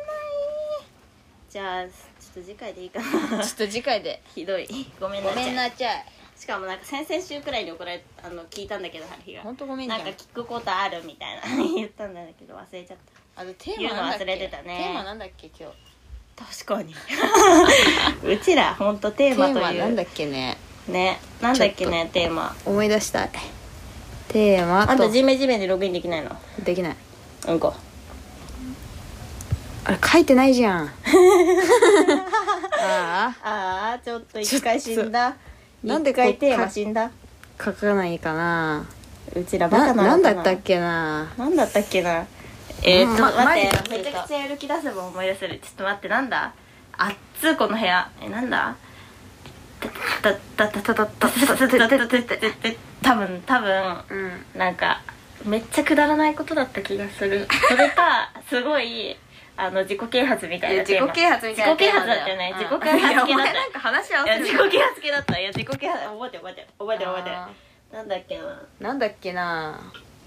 B: じゃあちょっと次回でいいかな
C: ちょっと次回で。
B: ひどいごめんな
C: ちゃい。
B: しかもなんか先々週くらいに聞いたんだけどハリーが
C: 本当ごめんじゃん。
B: なんか聞くことあるみたいな言ったんだけど忘れちゃった。
C: テーマなんだっけ？
B: 忘れてたね。
C: テーマなんだっけ今日。
B: 確かにうちらほんとテーマという
C: テーマなんだっけね。
B: なんだっけねテーマ
C: 思い出したい。テーマと
B: あんたジメでログインできないの？
C: できない。
B: うんこ
C: あれ書いてないじゃん
B: ちょっと一回死んだ。
C: なんで
B: 一回テーマ死んだ。
C: 書かないかな。
B: うちらバカなのかな。
C: なんだったっけな。
B: 待ってめちゃくちゃやる気出せば思い出せる。ちょっと待ってなんだあっつこの部屋なんだ多分なんかめっちゃくだらないことだった気がする。それかすごい自己啓発みたいなテーマ。自己啓発だったよね。自己啓発系だった。
C: なんか話合わせる。
B: 自己啓発系だった。いや自己啓発覚えてる。なんだっけな。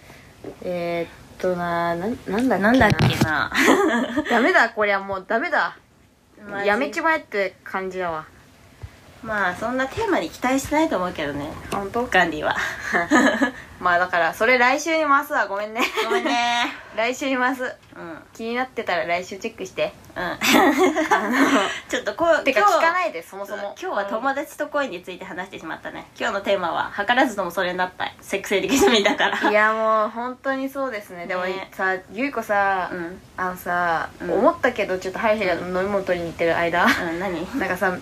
B: なんだっけな。
C: ダメだこりゃもうダメだ。やめちまえって感じだわ。
B: まあそんなテーマに期待してないと思うけどね、
C: 本当
B: ガンディは。
C: まあだからそれ来週に回すわ、ごめんね。
B: ごめんね。
C: 来週に回す。
B: うん、
C: 気になってたら来週チェックして。
B: ちょっと
C: てか聞かないで、そもそも
B: 今日は友達と恋について話してしまったね。今日のテーマは図らずともそれになったセックスエディケーションだから。
C: いやもう本当にそうですね。でもさ、ゆいこさ、思ったけど、ちょっとハイヘが飲み物取りに行ってる間、
B: 何
C: なんかさ、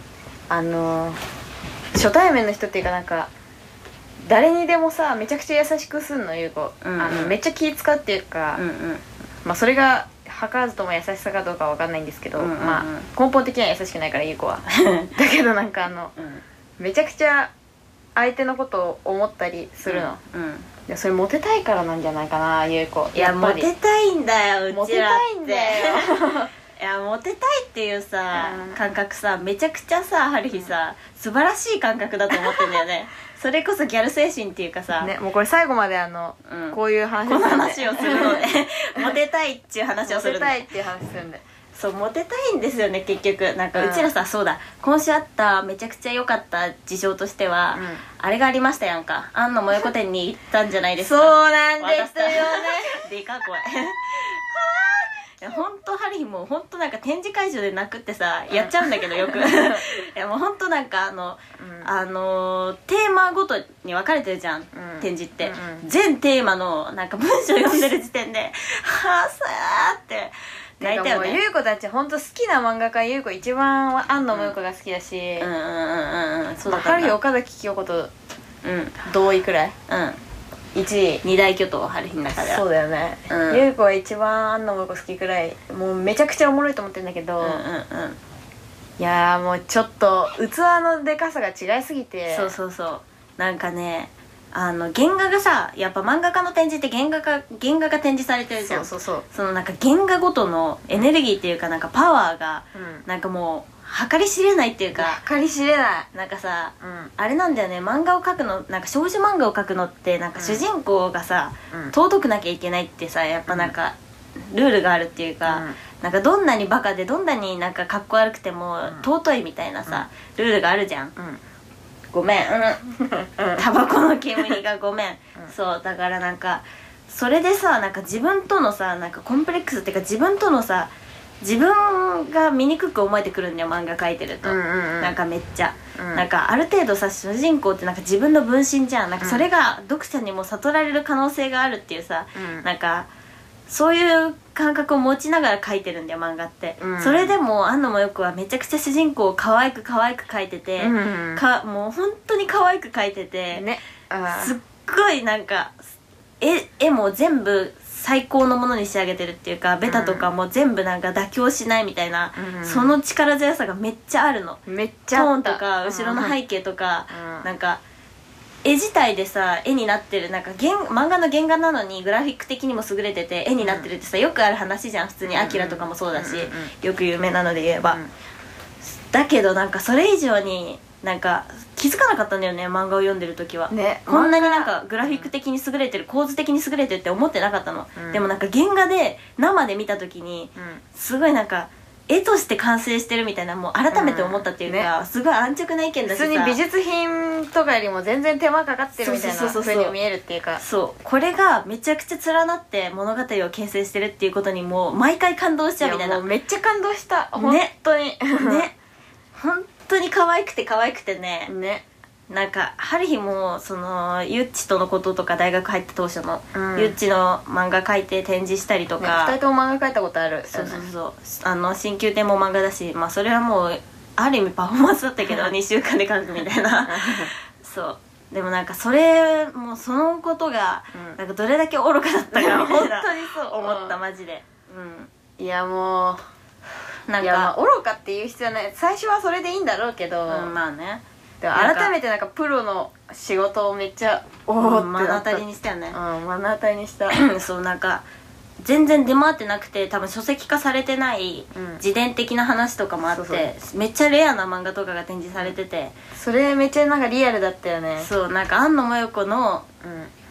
C: 初対面の人っていうか、なんか誰にでもさめちゃくちゃ優しくすんの、ゆうこ。めっちゃ気使うっていうか、まあそれが図らずとも優しさかどうかは分かんないんですけど、まあ根本的には優しくないから、ゆうこは。だけどなんかめちゃくちゃ相手のことを思ったりするの。いや、それモテたいからなんじゃないかな、ゆうこ。
B: いや、モテたいんだよ、うちらって。
C: モテたいんだよ。
B: いや、モテたいっていうさ、感覚さ、めちゃくちゃさ、ハルヒさ、素晴らしい感覚だと思ってんだよね。それこそギャル精神っていうかさ、
C: ね、もうこれ最後までこういう話
B: この話をするのでモテたいっていう話をする
C: モテたいっていう話するんで、
B: そうモテたいんですよね結局。なんかうちらさ、そうだ、今週あっためちゃくちゃ良かった事象としては、あれがありましたやんか。安野萌子店に行ったんじゃないですか。
C: そうなんですよね。
B: でかこれ。いや、ほんとハリーもほんとなんか展示会場で泣くってさ、やっちゃうんだけどよく。いやもうほんとなんかテーマごとに分かれてるじゃん、展示って。全テーマのなんか文章読んでる時点ではぁさーって泣いたよね。
C: ゆうこたちほんと好きな漫画家、ゆうこ一番安野萌子が好きだし、そうだった。ハリー岡崎清子と同意くらい、1位、
B: 二大巨頭、ハルヒの中では。
C: そうだよね。ゆうこは一番安野萌子好きくらい、もうめちゃくちゃおもろいと思ってるんだけど、いやーもうちょっと器のでかさが違いすぎて。
B: そうなんかね、原画がさ、やっぱ漫画家の展示って原画が展示されてるじゃん。そのなんか原画ごとのエネルギーっていうか、なんかパワーがなんかもう計り知れないっていうか、
C: 計り知れない。
B: なんかさ、あれなんだよね、漫画を描くの、なんか少女漫画を描くのってなんか主人公がさ、尊くなきゃいけないってさ、やっぱなんかルールがあるっていうか、なんかどんなにバカでどんなになんかかっこ悪くても尊いみたいなさ、ルールがあるじゃん。ごめん、タバコの煙がごめん。そうだからなんかそれでさ、なんか自分とのさ、なんかコンプレックスっていうか、自分とのさ、自分が醜く思えてくるんだよ、漫画描いてると。なんかめっちゃ、なんかある程度さ、主人公ってなんか自分の分身じゃん。なんかそれが読者にも悟られる可能性があるっていうさ、なんかそういう感覚を持ちながら描いてるんだよ、漫画って。それでも安野萌子はめちゃくちゃ主人公を可愛く描いてて、もう本当に可愛く描いてて、すっごいなんか絵も全部最高のものに仕上げてるっていうか、ベタとかも全部なんか妥協しないみたいな、その力強さがめっちゃあるの。
C: めっちゃ
B: トーンとか後ろの背景とか、なんか絵自体でさ、絵になってる、なんか漫画の原画なのにグラフィック的にも優れてて絵になってるってさ、よくある話じゃん。普通にアキラとかもそうだし、よく有名なので言えば、だけどなんかそれ以上になんか気づかなかったんだよね、漫画を読んでる時は。こんなになんかグラフィック的に優れてる、構図的に優れてるって思ってなかったの。でもなんか原画で生で見た時にすごいなんか絵として完成してるみたいな、もう改めて思ったっていうか、すごい安直な意見だしさ、
C: 普通に美術品とかよりも全然手間かかってるみたいな風に見えるっていうか、
B: そうこれがめちゃくちゃ連なって物語を形成してるっていうことにもう毎回感動しちゃうみたいな。
C: もうめっちゃ感動した、本当にね。
B: 本当に可愛くてね。なんか春日もそのゆっちとのこととか、大学入って当初の、ゆっちの漫画描いて展示したりとか、
C: 2人とも漫画描いたことある。
B: そう新旧展も漫画だし、まあそれはもうある意味パフォーマンスだったけど2週間で描くみたいな。そうでもなんかそれもうそのことがなんかどれだけ愚かだったかみたいな、
C: 本当にそう
B: 思った、マジで。
C: いやもう
B: なんか
C: 愚かっていう必要ない。最初はそれでいいんだろうけど、
B: まあね。
C: でも改めてなんかプロの仕事をめっちゃ
B: 目の当たりにしたよね。
C: 目の当たりにした。
B: そうなんか全然出回ってなくて、多分書籍化されてない自伝的な話とかもあって、めっちゃレアな漫画とかが展示されてて、
C: それめっちゃなんかリアルだったよね。
B: そうなんか安野萌子の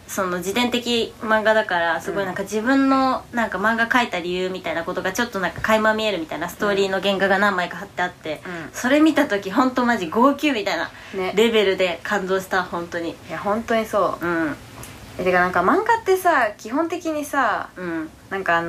B: その自伝的漫画だからすごいなんか自分のなんか漫画描いた理由みたいなことがちょっとなんか垣間見えるみたいなストーリーの原画が何枚か貼ってあって、それ見た時ほんとマジ号泣みたいなレベルで感動した。本当に。い
C: や本当にそう。てかなんか漫画ってさ基本的にさ、なんか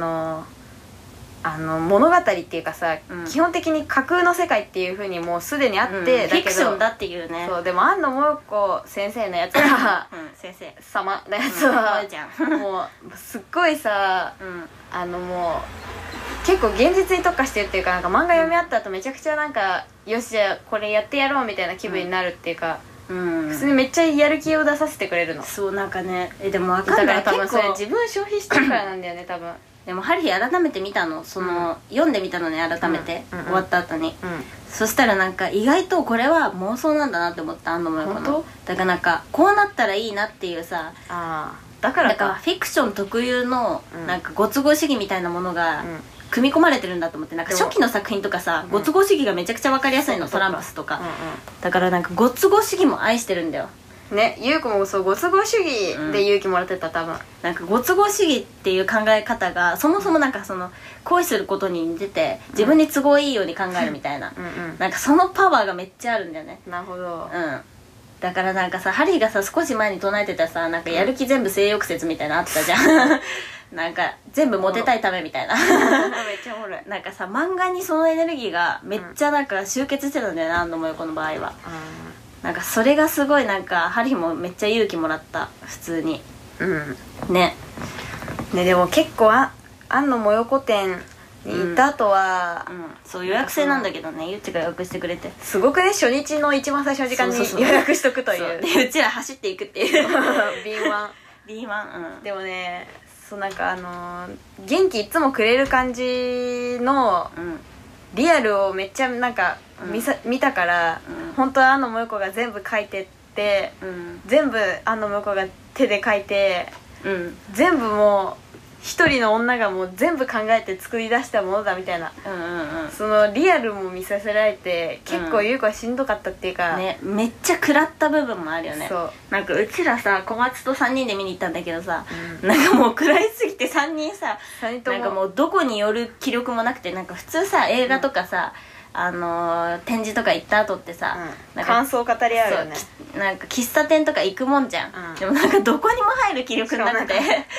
C: 物語っていうかさ、基本的に架空の世界っていう風にもうすでにあって、
B: フィクションだっていうね。
C: そうでも安野萌子先生のやつが
B: 先生
C: 様のやつはもうすっごいさ、もう結構現実に特化してるっていうか、なんか漫画読み合った後めちゃくちゃなんかよしじゃあこれやってやろうみたいな気分になるっていうか、普通にめっちゃやる気を出させてくれるの。
B: そうなんかね、でも分かんない。
C: だから多分それ自分消費してるからなんだよね多分。
B: でもハリー改めて見たの、その、読んでみたのね改めて、終わった後に、そしたらなんか意外とこれは妄想なんだなって思った。安野萌子のだからなんかこうなったらいいなっていうさ、
C: だから
B: フィクション特有のなんかご都合主義みたいなものが組み込まれてるんだと思って。なんか初期の作品とかさ、ご都合主義がめちゃくちゃ分かりやすいの、トランプスとか、だからなんかご都合主義も愛してるんだよ
C: ね。優子もそうご都合主義で勇気もらってた多分。
B: なんかご都合主義っていう考え方がそもそもなんかその恋することに似てて、自分に都合いいように考えるみたいな、なんかそのパワーがめっちゃあるんだよね。
C: なるほど。
B: だからなんかさ、ハリーがさ少し前に唱えてたさ、なんかやる気全部性欲説みたいなのあったじゃんなんか全部モテたいためみたいなめっ
C: ちゃおもろい。
B: なんかさ漫画にそのエネルギーがめっちゃなんか集結してたんだよね、安野萌子の場合は。なんかそれがすごいなんかハリーもめっちゃ勇気もらった、普通に。ね
C: でも結構安野萌子店に行った後は、
B: そう予約制なんだけどね、ゆっちが予約してくれて、
C: すごくね、初日の一番最初の時間に予約しとくという。
B: でうちら走っていくっていう
C: B1 でもね、そうなんか元気いつもくれる感じのリアルをめっちゃなんか見たから、本当は安野萌子が全部書いてって、全部安野萌子が手で書いて、全部もう一人の女がもう全部考えて作り出したものだみたいな、そのリアルも見させられて、結構優子はしんどかったっていうか、
B: ね、めっちゃ食らった部分もあるよね。そうなんかうちらさ小松と3人で見に行ったんだけどさ、なんかもう食らいすぎて3人さ、なんかもうどこに寄る気力もなくて、なんか普通さ映画とかさ、展示とか行った後ってさ、
C: なんか感想を語り合うよね。
B: なんか喫茶店とか行くもんじゃん、でもなんかどこにも入る気力なくて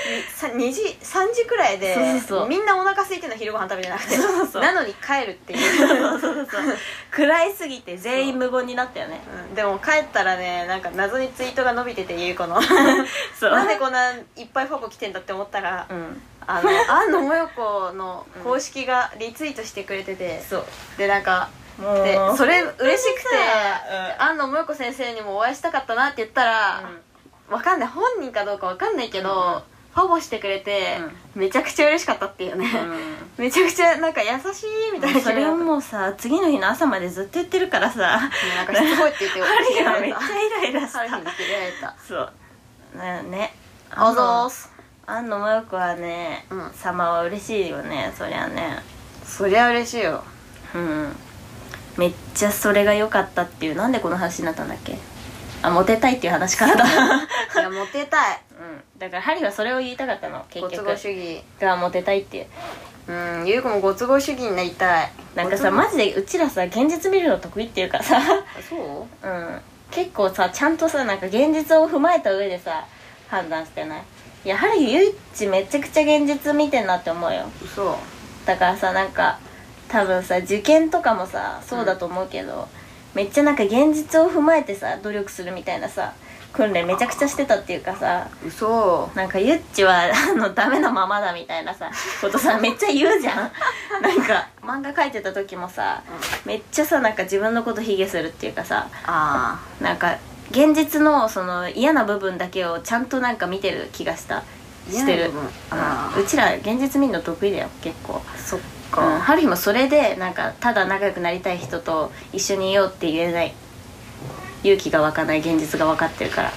C: 3時くらいでみんなお腹空いてるの、昼ご飯食べてなくて、なのに帰るっていう
B: 食らいすぎて全員無言になったよね。
C: でも帰ったらね、なんか謎にツイートが伸びてて、優子のなんでこんないっぱいファボ来てんだって思ったら、安野萌子の公式がリツイートしてくれてて、でなんかでそれ嬉しくて、安野萌子先生にもお会いしたかったなって言ったら、わかんない、本人かどうかわかんないけど、ファボしてくれて、めちゃくちゃ嬉しかったっていうね、めちゃくちゃなんか優しいみたいな。
B: それをもうさ次の日の朝までずっと言ってるからさ、
C: なんかしつこいって言って
B: ハリーがめっちゃイライラした。そうね、
C: あざーす。
B: 安野萌子はね、様は嬉しいよね、そりゃね。
C: そりゃ嬉しいよ。
B: めっちゃそれが良かったっていう。なんでこの話になったんだっけ。モテたいっていう話からだ
C: いやモテたい、
B: だからハリーはそれを言いたかったの、結局。
C: ご都合主義
B: がモテたいっていう。
C: 優子もご都合主義になりたい。
B: なんかさマジでうちらさ現実見るの得意っていうかさ
C: そう？
B: 結構さちゃんとさなんか現実を踏まえた上でさ判断してない？いやハリーゆっちめちゃくちゃ現実見てんなって思うよ。
C: 嘘。
B: だからさなんか多分さ受験とかもさそうだと思うけど、めっちゃなんか現実を踏まえてさ努力するみたいなさ訓練めちゃくちゃしてたっていうかさ、
C: 嘘。
B: なんかゆっちはダメなままだみたいなさことさめっちゃ言うじゃんなんか漫画描いてた時もさ、めっちゃさなんか自分のこと卑下するっていうかさ、なんか現実のその嫌な部分だけをちゃんとなんか見てる気がしてる。うちら現実見るの得意だよ結構。
C: そっか。
B: ハリーもそれでなんかただ仲良くなりたい人と一緒にいようって言えない、勇気が湧かない現実が分かってるから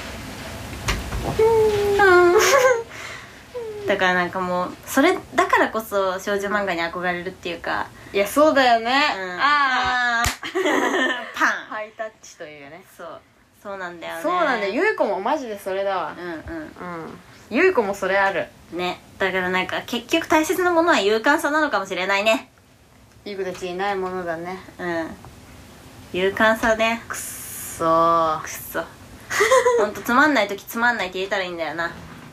B: だからなんかもうそれだからこそ少女漫画に憧れるっていうか。
C: いやそうだよね。
B: パン
C: ハイタッチというね。
B: そうそうなんだよね。
C: そうなんだよ。ゆい子もマジでそれだわ。ゆい子もそれある
B: ね。だからなんか結局大切なものは勇敢さなのかもしれないね。
C: ゆい子たちにないものだね。
B: 勇敢さね。
C: くっそー
B: くっそほんとつまんない時つまんないって言えたらいいんだよな。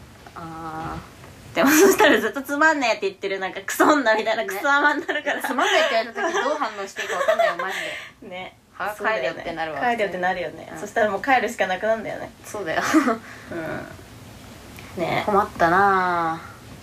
B: でもそしたらずっとつまんないって言ってるなんかクソ女みたいなクソ甘になるから、
C: つまんないって言われた時どう反応していいか分かんないよマジで
B: ね。
C: 帰れよってなるわ。
B: 帰れよってなるよね。そしたらもう帰るしかなくなるんだよね。
C: そうだよ
B: ね。
C: 困ったな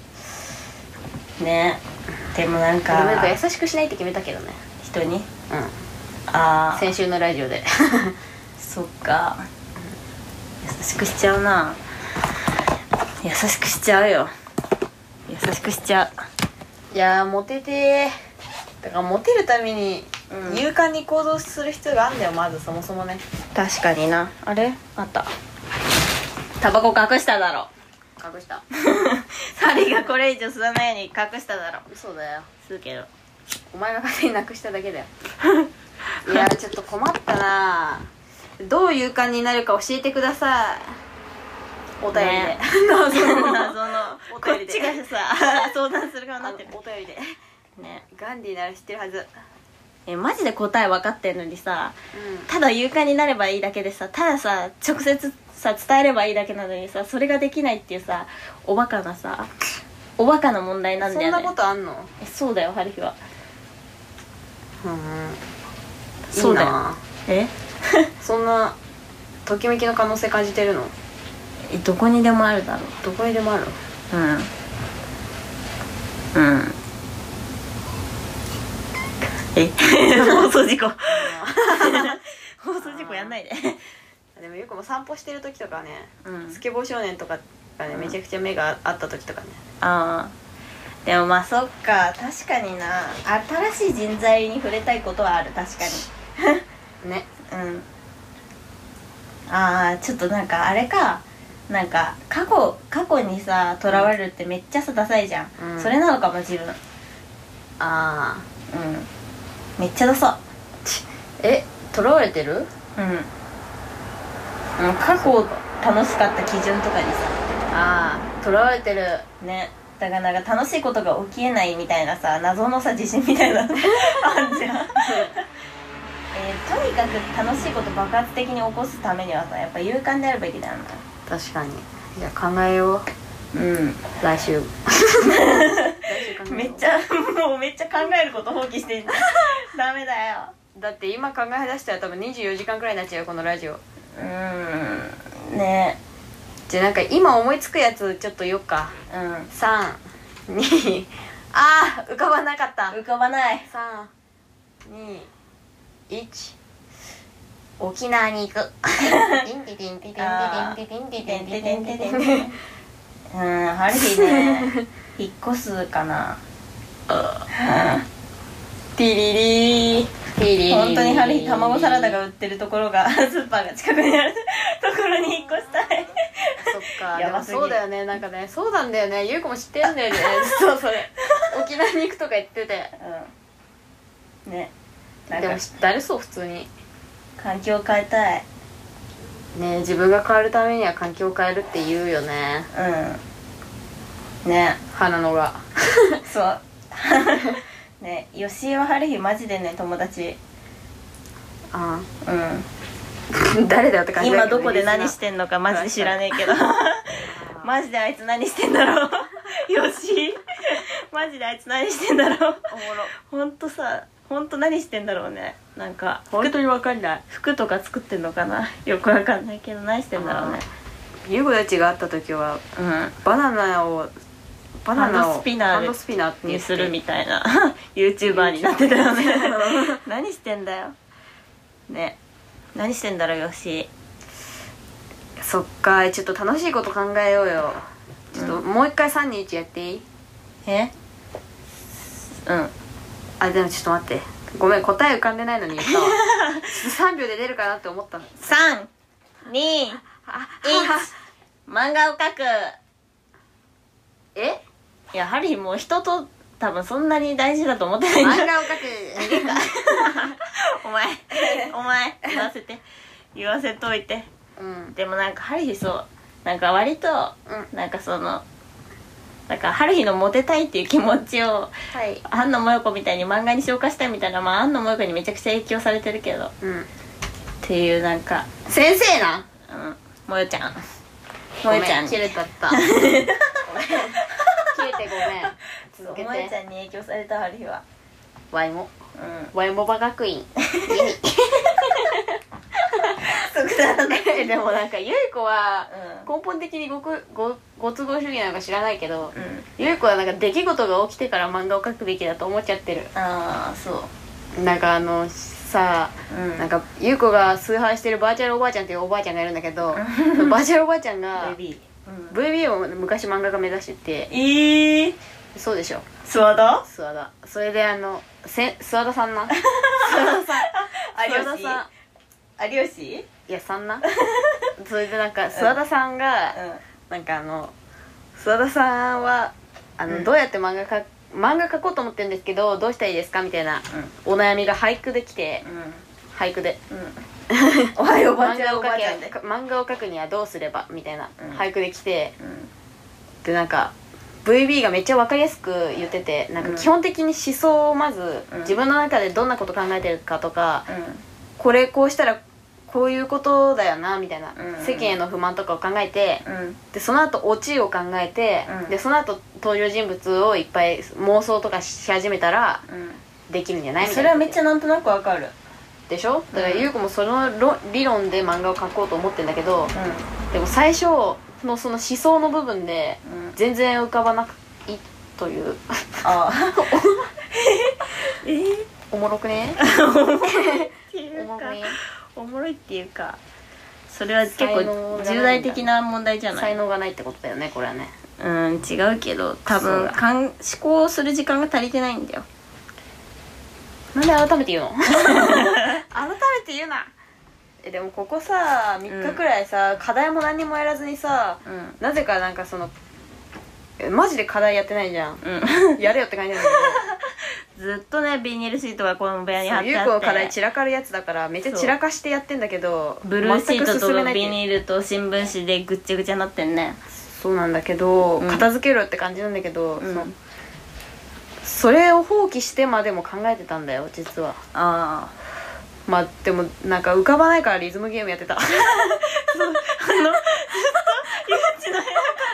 B: ね。でもなんか
C: 優しくしないって決めたけどね、
B: 人に。
C: 先週のラジオで
B: そっか、優しくしちゃうな。優しくしちゃうよ。優しくしちゃう。
C: いやモテてー。だからモテるために勇敢に行動する必要があるんだよ、まずそもそもね。
B: 確かにな。あれあった。タバコ隠しただろ。
C: 隠した
B: サリがこれ以上吸わないように隠しただろ。
C: 嘘だよ。
B: 吸うけど
C: お前が勝手になくしただけだよいやちょっと困ったな。どう勇敢になるか教えてください、お便りで、
B: ね、謎の
C: お便りで
B: こっちがさ相談する側になってる。
C: お便りで
B: ね。
C: ガンディなら知ってるはず。
B: マジで答え分かってんのにさ、
C: うん、
B: ただ勇敢になればいいだけでさ、たださ直接さ伝えればいいだけなのにさ、それができないっていうさ、おバカな問題なんだよね。
C: そんなことあんの？
B: そうだよ、ハリヒは。
C: そうだよ。そんなときめきの可能性感じてるの？
B: どこにでもあるだろう。
C: どこにでもある。
B: 放送事故放送事故やんないで
C: でもゆうこも散歩してる時とかね、スケボー少年とかがね、めちゃくちゃ目が合った時とかね。
B: でもまあそっか、確かにな。新しい人材に触れたいことはある。確かに
C: ね。
B: ちょっとなんかあれか、なんか過去にさとらわれるってめっちゃさダサいじゃん、それなのかも自分。めっちゃダサ。
C: とらわれてる？
B: 過去楽しかった基準とかに
C: さとらわれてる
B: ね。だからなんか楽しいことが起きえないみたいなさ、謎のさ自信みたいなあんじゃんとにかく楽しいこと爆発的に起こすためにはさ、やっぱ勇敢であるべきだよな。
C: 確かに。じゃあ考えよう。来週
B: めっちゃ考えること放棄してんじゃんダメだよ。
C: だって今考え出したら多分24時間くらいになっちゃうよ、このラジオ。
B: ね。
C: じゃあなんか今思いつくやつちょっと言おっか。3、2浮かばなかった。
B: 浮かばない。
C: 3、2、1沖縄に行く
B: ハリヒね引っ越すかな。
C: ティリリー。
B: 本当にハリヒ卵サラダが売ってるところがスーパーが近くにあるところに引っ越したい
C: そっか。でもそうだよね。なんかね、そうなんだよね。ゆうこも知ってるんだよねそうそれ沖縄に行くとか言ってて
B: ね。
C: でもだるそう、普通に。
B: 環境を変えたい
C: ね。自分が変わるためには環境を変えるって言うよね。
B: ね。
C: 花野が
B: そうね。吉井はハリヒマジでね友達。
C: 誰だよって感じだけど、ね、
B: 今どこで何してんのかマジで知らねえけどマジであいつ何してんだろう吉井マジであいつ何してんだろう。ほんとさ、ほんと何してんだろうね。なんか
C: 本当に分かんない。
B: 服とか作ってんのかな、よく分かんないけど何してんだろうね。
C: ゆうこたちが会った時は、バナナを
B: ハンドスピナーにするみたいなYouTuber になってたよね何してんだよね。何してんだろうよし。
C: そっか。ちょっと楽しいこと考えようよ。ちょっともう一回3、2、1やっていい？でもちょっと待って、ごめん、答え浮かんでないのに言ったわ3秒で出るかなって思ったの。
B: 3、2、1漫画を描く。いやハリーもう人と多分そんなに大事だと思ってないんだ。
C: 漫画を描く
B: お前言わせといて。 でもなんか春日そうなんか割と、なんかそのなんか春日のモテたいっていう気持ちを、安野萌子みたいに漫画に昇華したいみたいな、安野萌子にめちゃくちゃ影響されてるけど、っていうなんか
C: 先生な
B: 萌ちゃんに
C: 切れたったごめん切れてごめん続けて
B: 萌ちゃんに影響された春日は
C: ワイモバ学院でもなんかゆい子は根本的にご都合主義なのか知らないけど、ゆい子はなんか出来事が起きてから漫画を描くべきだと思っちゃってる。
B: ああそう
C: なんかさ、なんかゆい子が崇拝してるバーチャルおばあちゃんっていうおばあちゃんがいるんだけどバーチャルおばあちゃんが VB を昔漫画家目指しててそうでしょ
B: 諏訪田
C: それで諏訪田さんな諏訪田さん
B: 有吉
C: いやさんなそれでなんか諏訪田さんが、なんか諏訪田さんはどうやって漫画描こうと思ってるんですけどどうしたらいいですかみたいな、お悩みが俳句で来て、俳句で、
B: おはようばあちゃんおばあちゃんで
C: 漫画を描くにはどうすればみたいな、俳句で来て、でなんか VB がめっちゃ分かりやすく言っててなんか基本的に思想をまず、自分の中でどんなこと考えてるかとか、こうしたらこういうことだよなみたいな、世間への不満とかを考えて、でその後オチを考えて、でその後登場人物をいっぱい妄想とかし始めたら、できるんじゃないみたいな。
B: それはめっちゃなんとなくわかる
C: でしょ。だから優子もその理論で漫画を描こうと思ってんだけど、でも最初のその思想の部分で全然浮かばないというおもろくね
B: おもろいっていうかそれは結構重大的な問題じゃない。
C: 才能がないってことだよねこれはね。
B: 違うけど多分思考する時間が足りてないんだよ。
C: なんで改めて言うの改めて言うな。でもここさ3日くらいさ、課題も何にもやらずにさ、なぜかなんかそのマジで課題やってないじゃん、やれよって感じなんだけど
B: ずっとねビニールシートがこの部屋に貼ってあって、
C: ゆう子の課題散らかるやつだからめっちゃ散らかしてやってんだけど
B: ブルーシートとビニールと新聞紙でぐっちゃぐちゃになってんね。
C: そうなんだけど、片付けろって感じなんだけど、それを放棄してまでも考えてたんだよ実は。まあでもなんか浮かばないからリズムゲームやってた。そう
B: ゆうちの部屋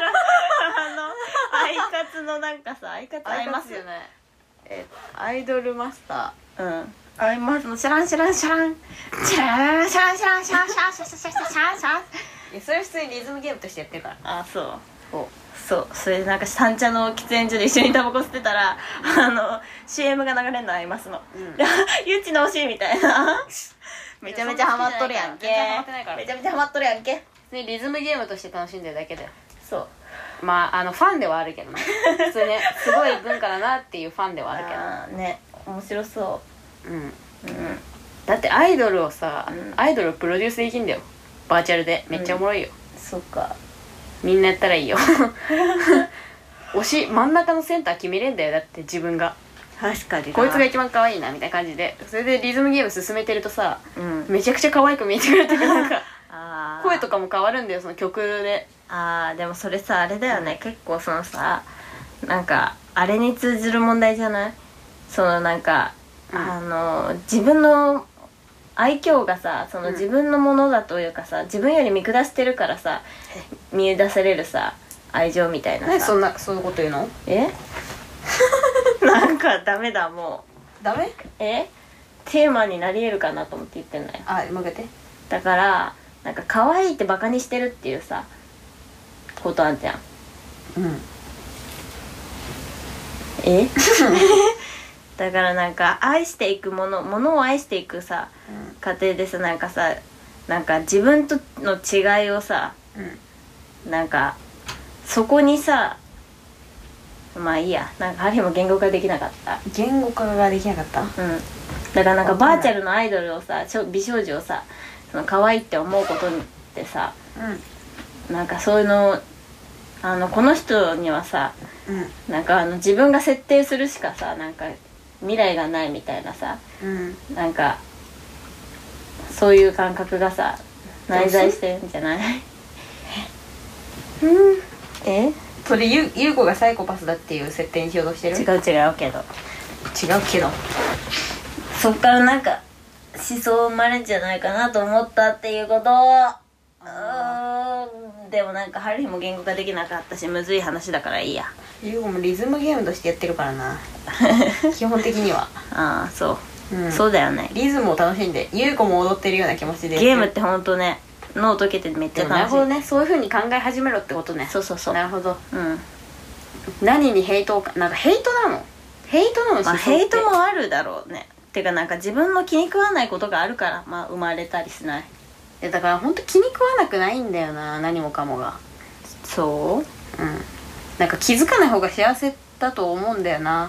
B: からアイカツのなんかさアイカツ
C: ありますよね。アイドルマスター
B: ありますのシャランシャランシャランシャランシャランシャランシャランシャランシャランシャランシャランシャランシャランシャラン。
C: いやそれ普通にリズムゲームとしてやってるから。
B: そうそれでなんか三茶の喫煙所で一緒にタバコ吸ってたらCM が流れるのありますの、ゆうちの惜しいみたいなめちゃめちゃハマっとるやんけ。めちゃめちゃハマっとるやんけ。
C: リズムゲームとして楽しんでるだけだよ。
B: そう
C: まあファンではあるけどね普通ねすごい文化だなっていうファンではあるけど
B: ね。面白そう。
C: だってアイドルをさ、アイドルをプロデュースできんだよバーチャルで。めっちゃおもろいよ。
B: そっか
C: みんなやったらいいよ真ん中のセンター決めれんだよだって自分が。
B: 確かに
C: こいつが一番可愛いなみたいな感じでそれでリズムゲーム進めてるとさ、めちゃくちゃ可愛く見えてくるっていうかなんか声とかも変わるんだよその曲で。
B: でもそれさあれだよね、結構そのさなんかあれに通じる問題じゃない。そのなんか、自分の愛嬌がさその自分のものだというかさ、自分より見下してるからさ見出せれるさ愛情みたいなさ。
C: そういうこと言うの？
B: なんかダメだも
C: う。ダメ？
B: テーマになり得るかなと思って言ってんだよ。
C: 曲げて。だ
B: からなんか可愛いってバカにしてるっていうさことあんじゃん。だからなんか愛していくものを愛していくさ、過程でさなんかさなんか自分との違いをさ、なんかそこにさまあいいやなんかあれも言語化できなかった。だからなんかバーチャルのアイドルをさ美少女をさその可愛いって思うことってさ、なんかそういうのこの人にはさ、なんか自分が設定するしかさなんか未来がないみたいなさ、なんかそういう感覚がさ内在してるんじゃない？
C: それ優子がサイコパスだっていう設定にしようとしてる？
B: 違うけどそっからなんか思想生まれんじゃないかなと思ったっていうこと。でもなんか春日も言語化できなかったしむずい話だからいいや。
C: 優子もリズムゲームとしてやってるからな基本的には。
B: ああそう、そうだよね。
C: リズムを楽しんで優子も踊ってるような気持ちで
B: ゲームってほんとね脳解けてめっちゃ楽しい。
C: なるほどね、そういう風に考え始めろってことね。
B: そう
C: なるほど。何にヘイトをなんかヘイトなのヘイト
B: もあるだろうね。てかなんか自分の気に食わないことがあるから生まれたりしない。
C: いやだから本当気に食わなくないんだよな、何もかもが。
B: そう
C: なんか気づかない方が幸せだと思うんだよな。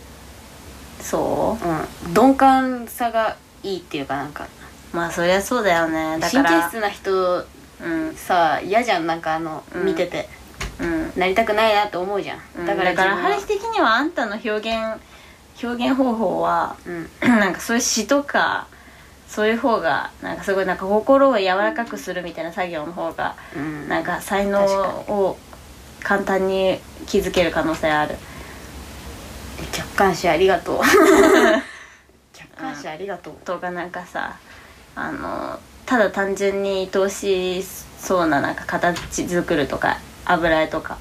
C: 鈍感さがいいっていうかなんか
B: そりゃそうだよね。だから
C: 神経質な人さ嫌じゃん、なんか見ててなりたくないなって思うじゃん。
B: だから春日的にはあんたの表現方法はなんかそういう詩とかそういう方がなんかすごいなんか心を柔らかくするみたいな作業の方がなんか才能を簡単に気づける可能性ある。
C: 客観視ありがとう客観視ありがとう
B: とかなんかさただ単純に愛おしそうななんか形作るとか油絵とか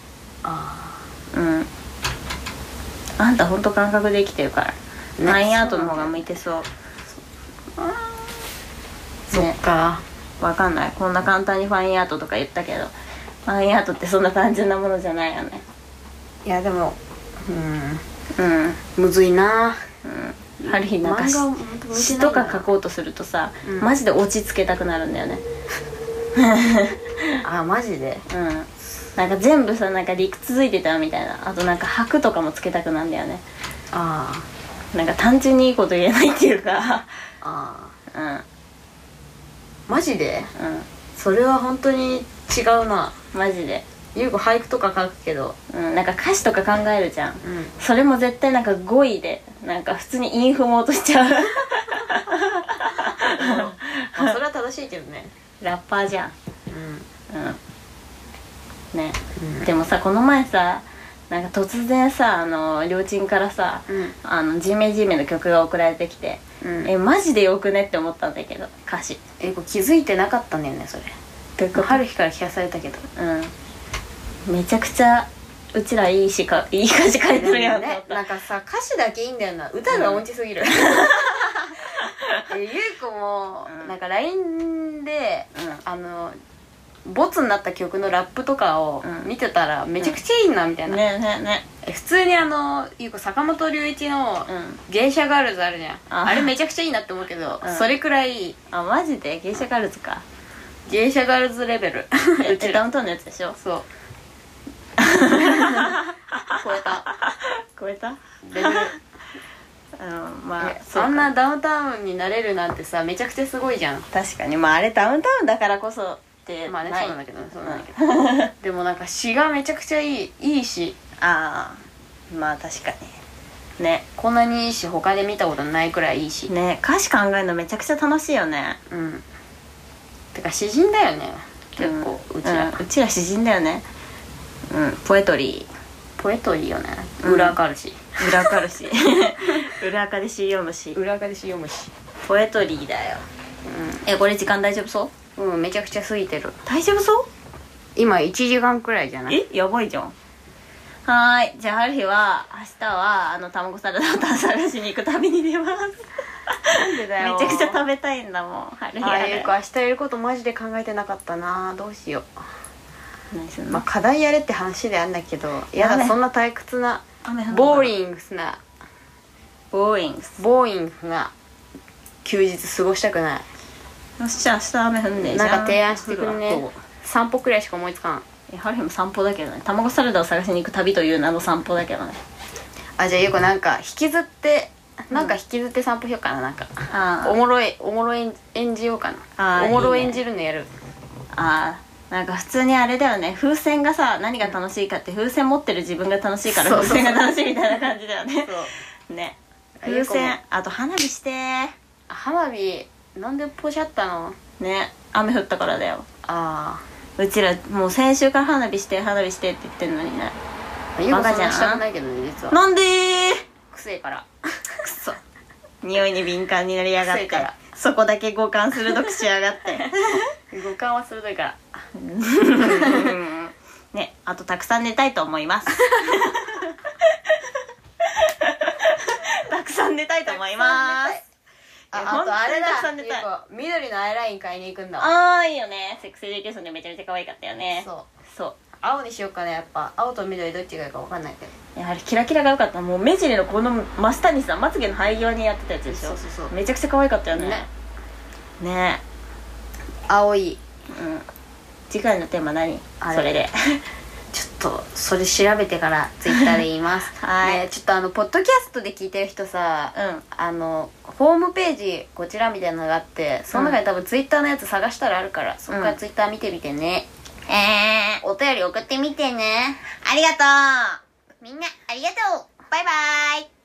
B: あんたほんと感覚で生きてるから、ファインアートの方が向いてそう。
C: そっか、
B: わかんない。こんな簡単にファインアートとか言ったけどファインアートってそんな単純なものじゃないよね。
C: いやでもむずいな。
B: 春日なんか詩とか書こうとするとさ、マジで落ち着けたくなるんだよね
C: マジで
B: なんか全部さなんか理屈づいてたみたいな。あとなんか拍とかもつけたくなんだよね。なんか単純にいいこと言えないっていうか
C: マジでそれは本当に違うな。
B: マジで
C: 優子俳句とか書くけど
B: なんか歌詞とか考えるじゃん、それも絶対なんか語彙でなんか普通に韻踏もうとしちゃう
C: それは正しいけどね。
B: ラッパーじゃんね、でもさこの前さなんか突然さ両親からさジメジメの曲が送られてきて、マジでよくねって思ったんだけど歌詞
C: 気づいてなかったんだよねそれ。春日から聞かされたけど
B: めちゃくちゃうちらいい歌詞書いてるやん
C: ね。なんかさ歌詞だけいいんだよな、歌が音痴すぎる優子もなんか LINE でボツになった曲のラップとかを見てたらめちゃくちゃいいなみたいな。普通に優子坂本龍一の芸者ガールズあるじゃん、あれめちゃくちゃいいなって思うけど、それくらい。
B: マジで芸者ガールズか。
C: 芸者ガールズレベル
B: うちダウンタウンのやつでしょ。
C: そう超えたレベルそんなダウンタウンになれるなんてさめちゃくちゃすごいじゃん。
B: 確かにあれダウンタウンだからこそって
C: そうなんだけどでもなんか詩がめちゃくちゃいいし
B: 確かにね。
C: こんなにいいし他で見たことないくらいいいし
B: ね。歌詞考えるのめちゃくちゃ楽しいよね。
C: てか詩人だよね結構
B: うちら詩人だよね。ポエトリ
C: ーよね。裏垢あるし
B: 裏垢で詩読むしポエトリーだよ。これ時間大丈夫そう？
C: めちゃくちゃ過ぎてる。
B: 大丈夫そう？
C: 今1時間くらいじゃない？
B: やばいじゃん。はい、じゃあ春日は明日は卵サラダを探しに行く旅に出ます
C: なんでだよ。
B: めちゃくちゃ食べたいんだもん春日。
C: 明日やることマジで考えてなかったな。どうしよう。
B: 何すんの？
C: 課題やれって話であんだけど、やだそんな退屈なボーリングな休日過ごしたくない。
B: よっしゃ、明日雨降んねえじゃん。
C: なんか提案してくんね。散歩くらいしか思いつかん。
B: 春日も散歩だけどね。卵サラダを探しに行く旅という名の散歩だけどね。
C: じゃあゆうこなんか引きずって散歩しようかな。なんかおもろい演じようかな。おもろ演じるのやる。
B: なんか普通にあれだよね。風船がさ何が楽しいかって風船持ってる自分が楽しいから風船が楽しいみたいな感じだよね。ね。風船あと花火して。
C: 花火なんでポシャったの
B: ね。 雨降ったからだよ。
C: あ
B: うちらもう先週から花火してって言ってんのにね。
C: あバカじゃん。したくないけどね実は。
B: なんで
C: くせえから
B: くそ匂いに敏感になりやがって。
C: くせえから
B: そこだけ五感鋭くしやがって
C: 五感は鋭いから
B: ね、あとたくさん寝たいと思いますたくさん寝たいと思います。
C: あとあれだ、
B: たくさん寝たい。
C: 緑のアイライン買いに行くんだ。
B: ああいいよね。セックスエデュケーションでめちゃめちゃ可愛かったよね。そう
C: 青にしようかね。やっぱ青と緑どっちがいいか分かんないけど、
B: やはりキラキラが良かった。もう目尻のこの真下にさ、まつげの生え際にやってたやつでしょ。
C: そう
B: めちゃくちゃ可愛かったよね。ね
C: 青い。
B: 次回のテーマ何？それで
C: ちょっとそれ調べてからツイッターで言います
B: はい、
C: ね、ちょっとポッドキャストで聞いてる人さ、ホームページこちらみたいなのがあって、その中に多分ツイッターのやつ探したらあるから、そこからツイッター見てみてね。お便り送ってみてね。
B: ありがとう。
C: みんなありがとう。バイバイ。